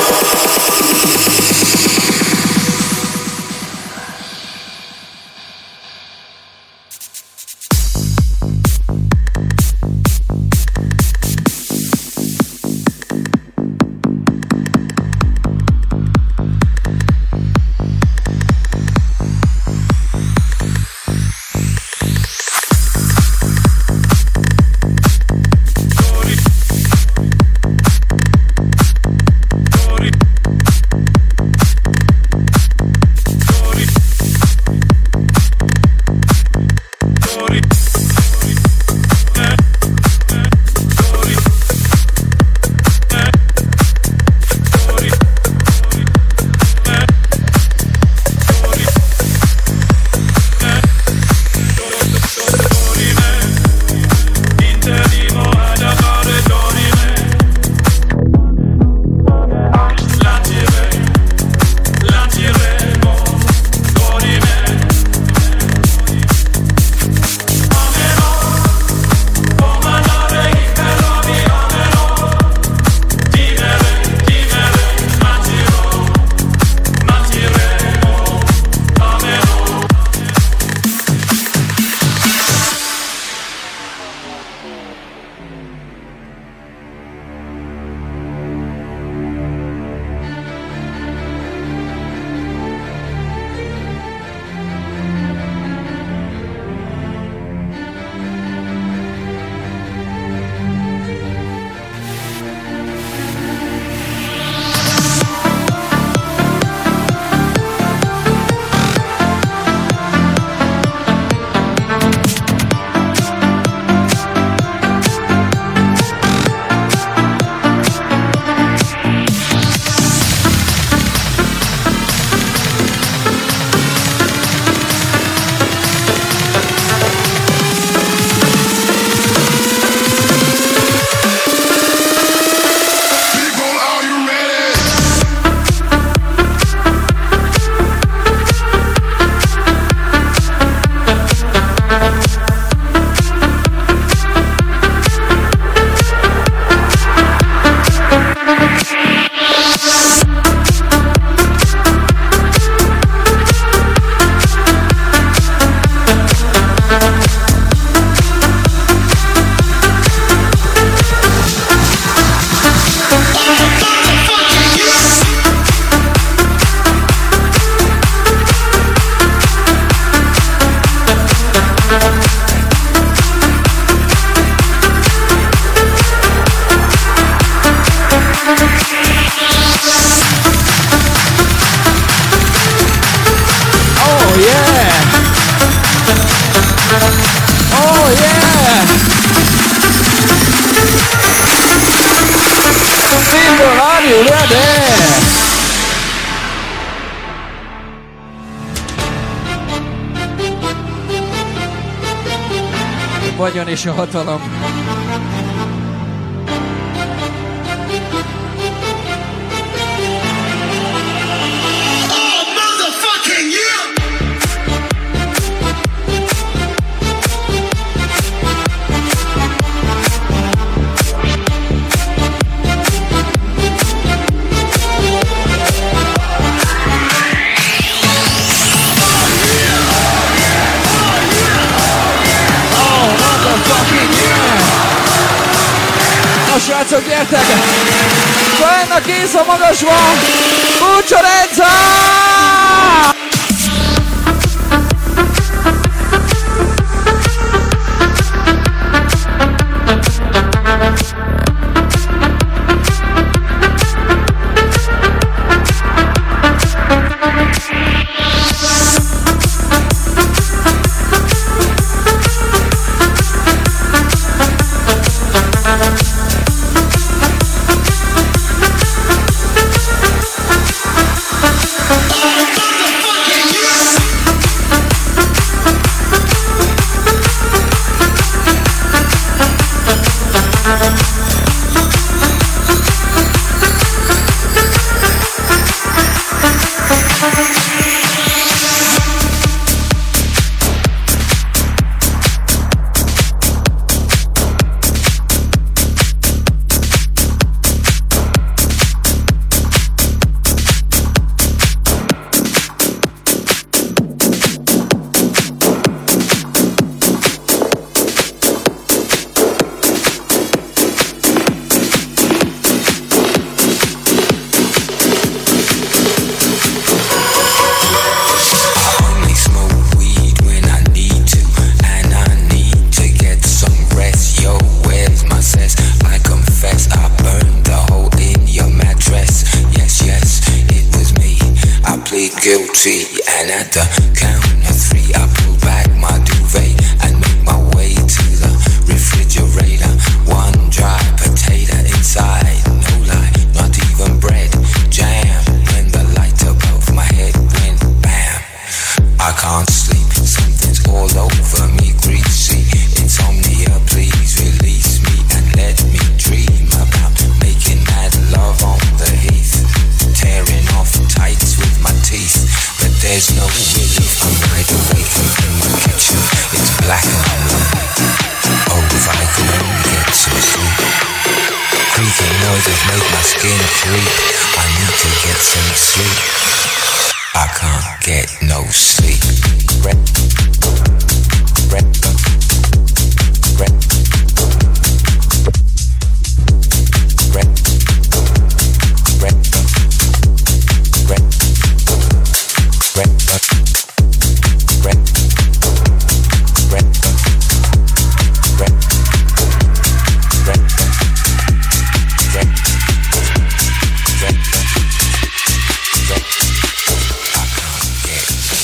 Vagyon és a hatalom. Srácok, gyertek! Fenn a kész a magasba! Bucsorenza! And at the count of three, I pull back my duvet and make my way to the refrigerator. One dry potato inside, no lie, not even bread, jam. When the light above my head went bam, I can't sleep, something's all over me, greasy. Insomnia, please release me and let me dream about making mad love on the heath, tearing off tights with my teeth. But there's no relief, I'm wide awake in my kitchen, it's black and I'm lonely. Oh, if I could only get some sleep. Creaking noises make my skin creep, I need to get some sleep. I can't get no sleep. Red, red, red, red, red, red, red, red, red, red, red, red, red, red. I can't get.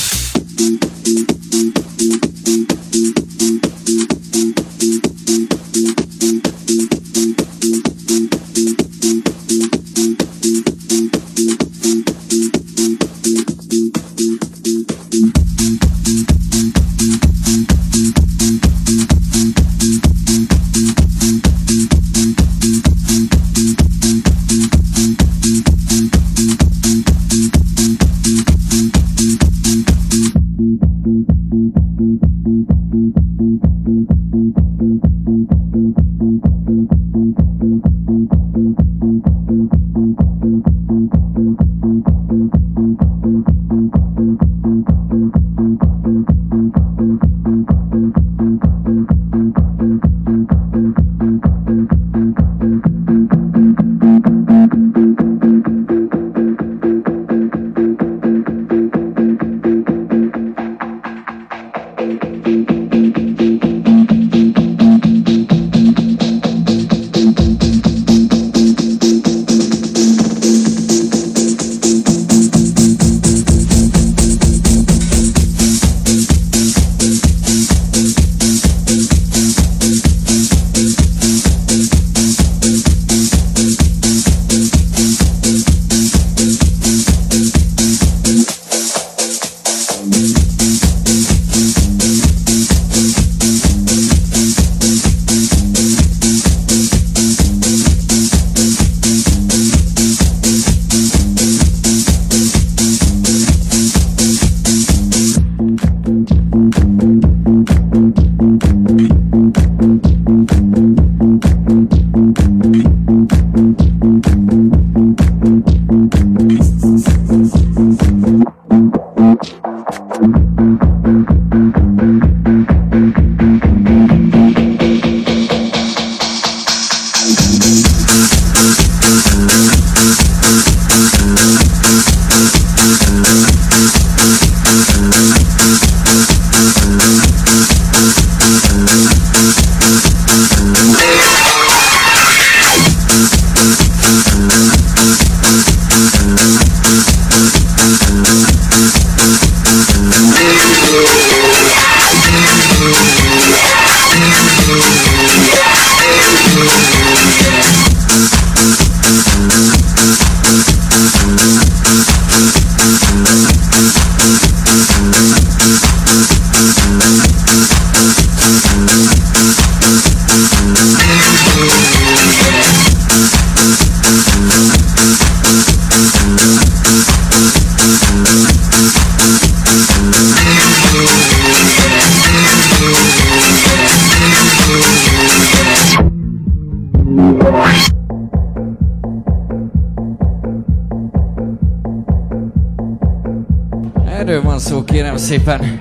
Erről van szó, kérem szépen.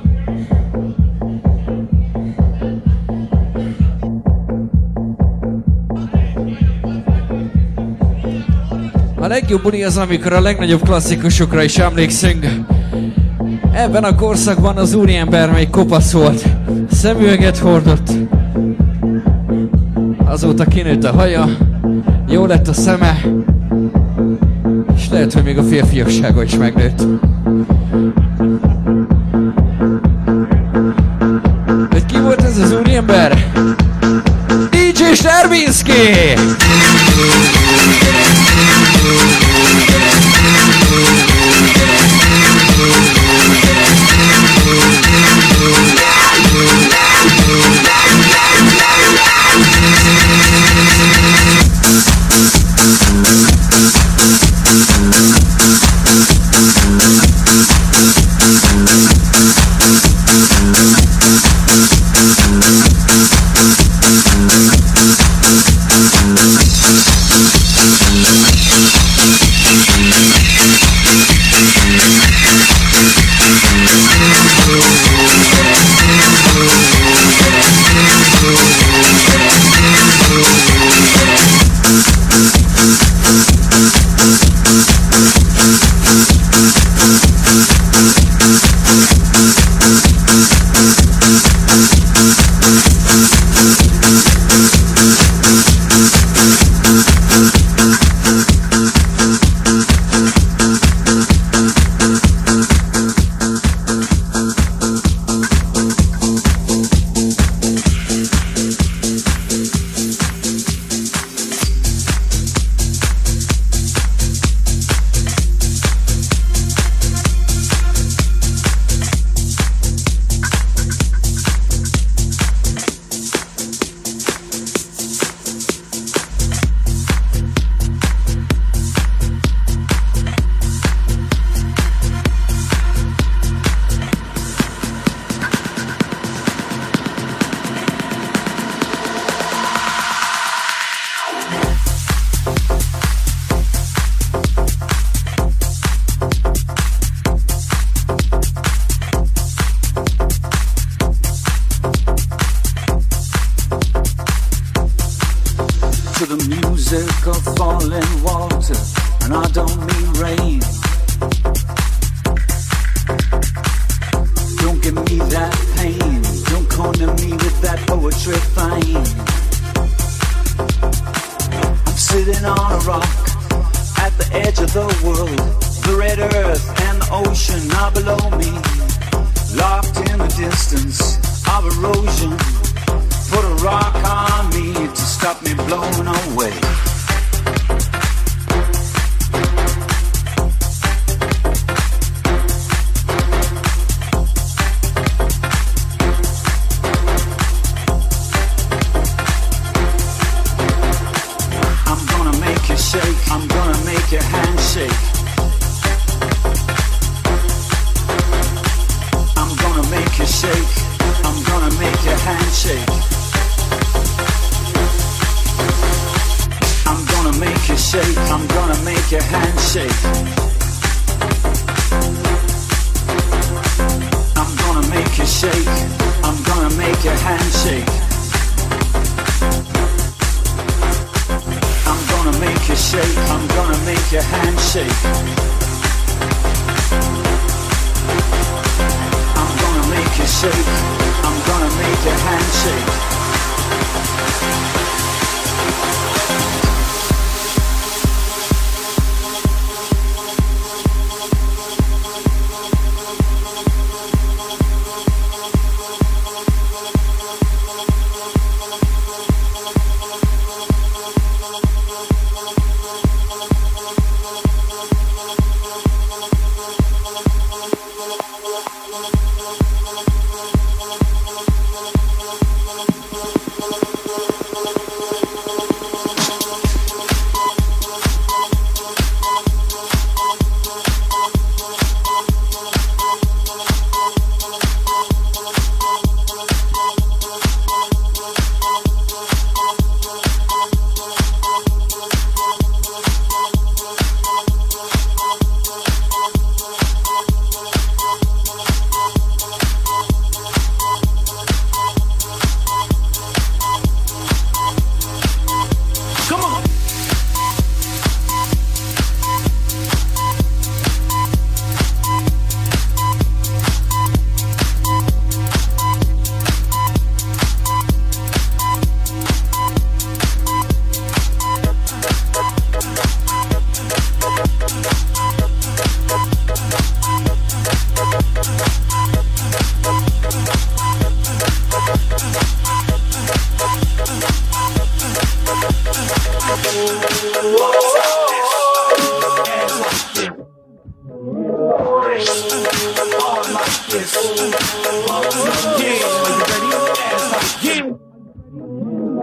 A legjobb buli az, amikor a legnagyobb klasszikusokra is emlékszünk. Ebben a korszakban az úriember még kopasz volt, szemüveget hordott. Azóta kinőtt a haja, jó lett a szeme, és lehet, hogy még a férfiassága is megnőtt. Verbinski!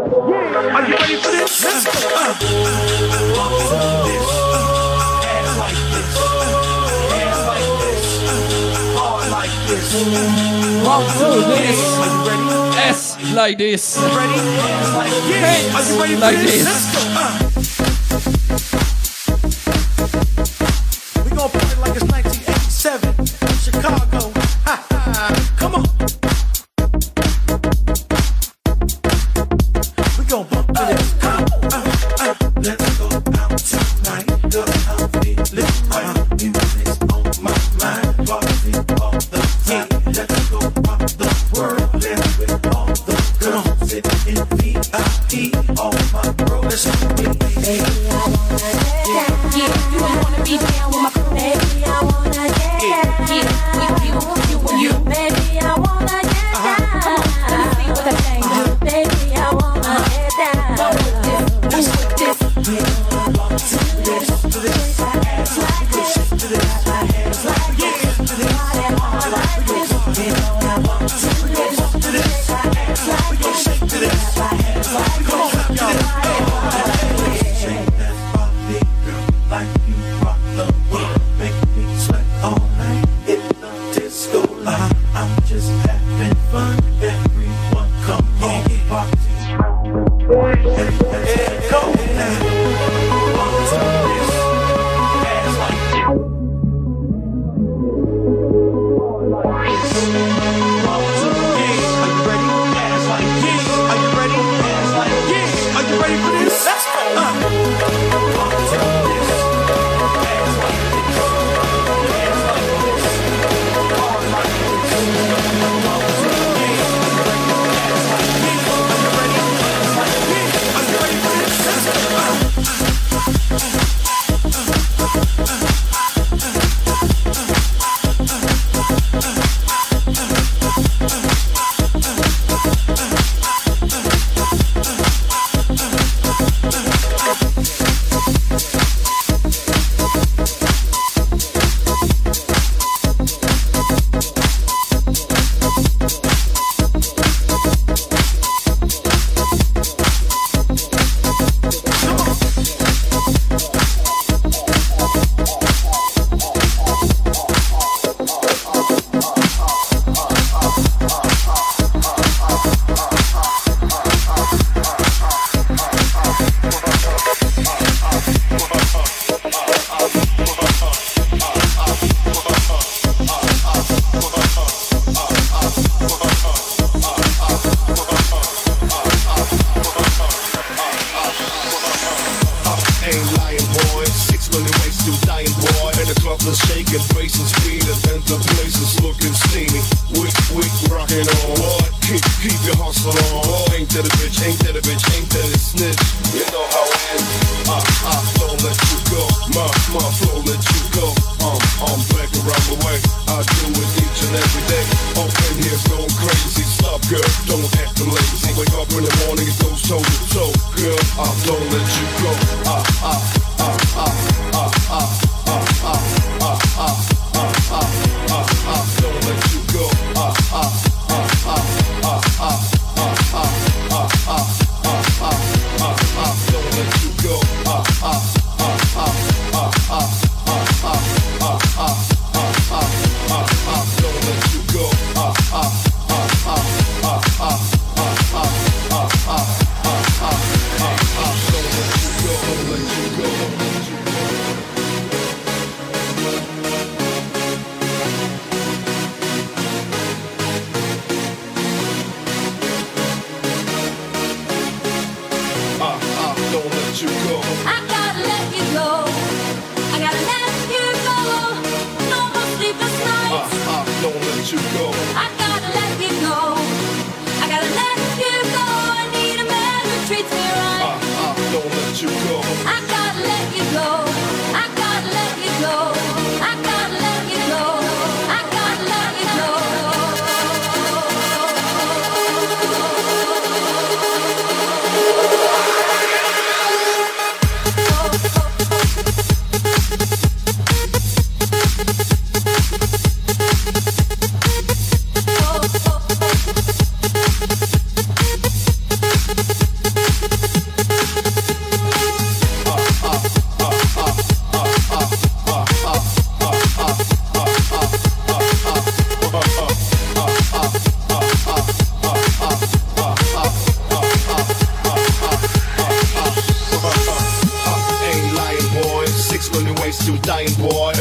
Are you ready for this? Let's go. Uh, uh, uh, this. Hands like this. Hands like this. Hard like this. Walk through this. Are you ready? S like this. Ready? Hands like this. Are you ready for like this? this. Let's go. Uh. We gon' put it like it's nineteen eighty-seven. Chicago. Ha ha. Come on. We gon' bump to this. Come on. Uh, uh. Let's go out tonight. Cause I'm feeling right. Music's on my mind. Party all the time. Let's go rock the world. Let's with all the girls sitting in V I P. All my bros. Baby, I wanna get down. Yeah, you ain't wanna be down with my crew. Baby, I wanna get down. Yeah, with you, you and you. Baby, I wanna get down. Come on, let me see what that thing do. Baby, I wanna get down. Go with this, move with this. Yeah, walk to this, to this. Ass like this, to this. Hands like this, to this. Body like this. Yeah, I walk to this, to this. Ass like this, to this. Hands like this. Come on, clap your hands. Shake that body, girl, like you rock the world. Make me sweat all night in the disco light. I'm just having fun. Everyone come on, party. Hey, hey, go now. Walk to this. Ass like this. Walk to this. Are you ready? Ass like this. Are you ready? Ass like this. Are you ready for this? Let's go. Uh. Walk to this. Ass like this. Ass like this. Hard like this. Walk to this. Ass like this. Are you ready? Ass like this. Are you ready for this? Let's go. Uh.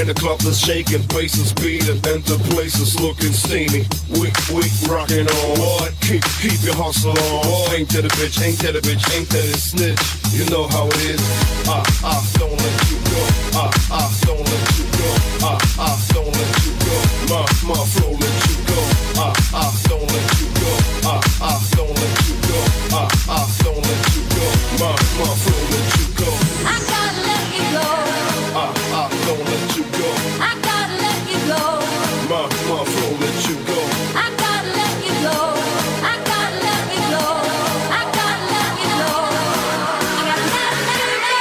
In the club that's shaking, places beating, enter places looking steamy. We, we rockin' on. What? Keep, keep your hustle on. Ain't that a bitch, ain't that a bitch, ain't that a snitch. You know how it is. Ah, ah, don't let you go. Ah, ah, don't let you go. Ah, ah, don't let you go. My, my flow let you go. Ah, ah, don't let you go. Ah, ah, don't let you go. Ah, ah, don't let you go. My, my flow let you go. I gotta let you go. Ah, ah, don't let you go. I gotta let you go. My, my flow let you go. I gotta let you go. I gotta let you go. I gotta let you go. I gotta let, let you go.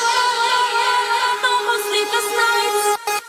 No more sleepless nights.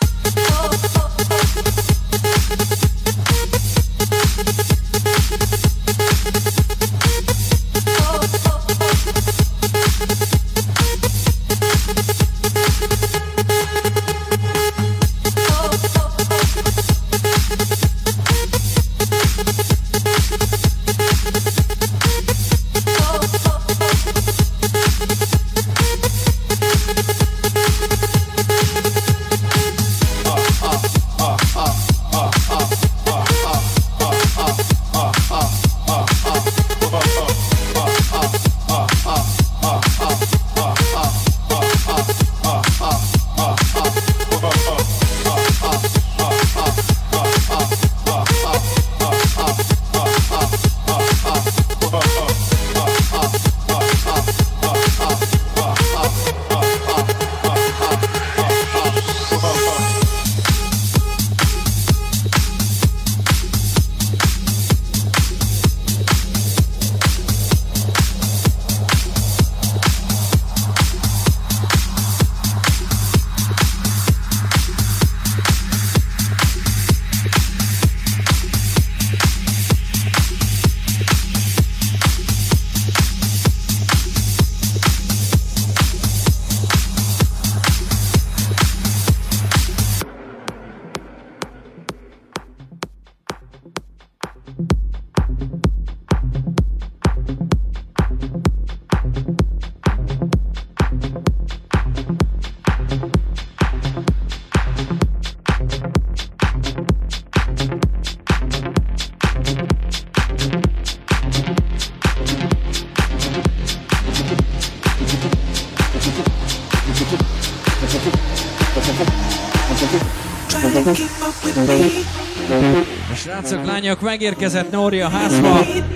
A srácok, lányok, megérkezett Nóri a házba.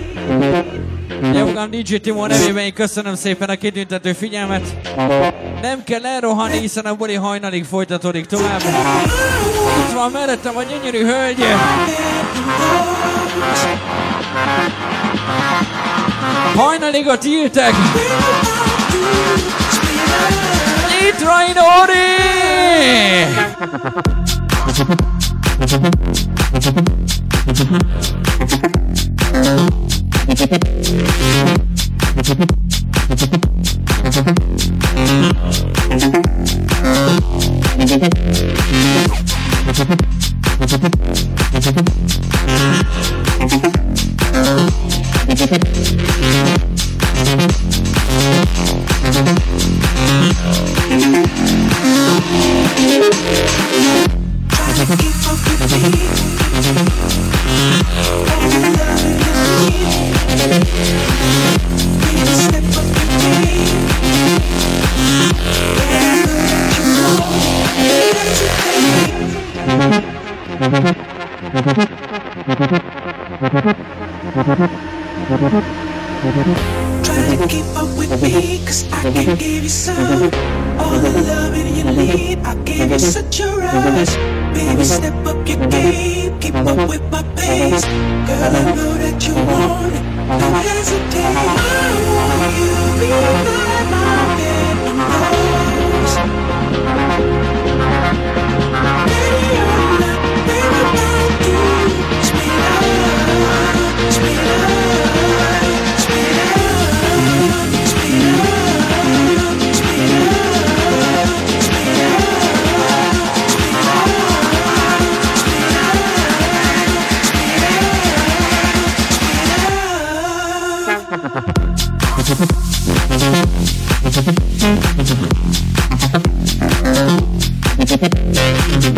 Jogam dé dzsé Timo nevében én köszönöm szépen a kitüntető figyelmet. Nem kell elrohanni, hiszen a buli hajnalig folytatódik tovább. Itt van mellettem a gyönyörű hölgy. Hajnaligot írtek. Itt Rai Nóri! Try to keep up with me, cause I can give you some. All the loving you need, I give you such a rush. Baby, step up your game, keep up with my pace. Girl, I know that you want it, don't hesitate. I want you to be by my bed, close. Baby, you're not, baby, not you. Speed up, speed up, speed up. Thank you.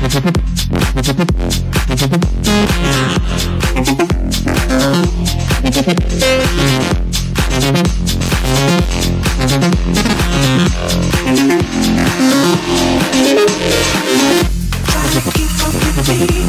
Try to keep up with me.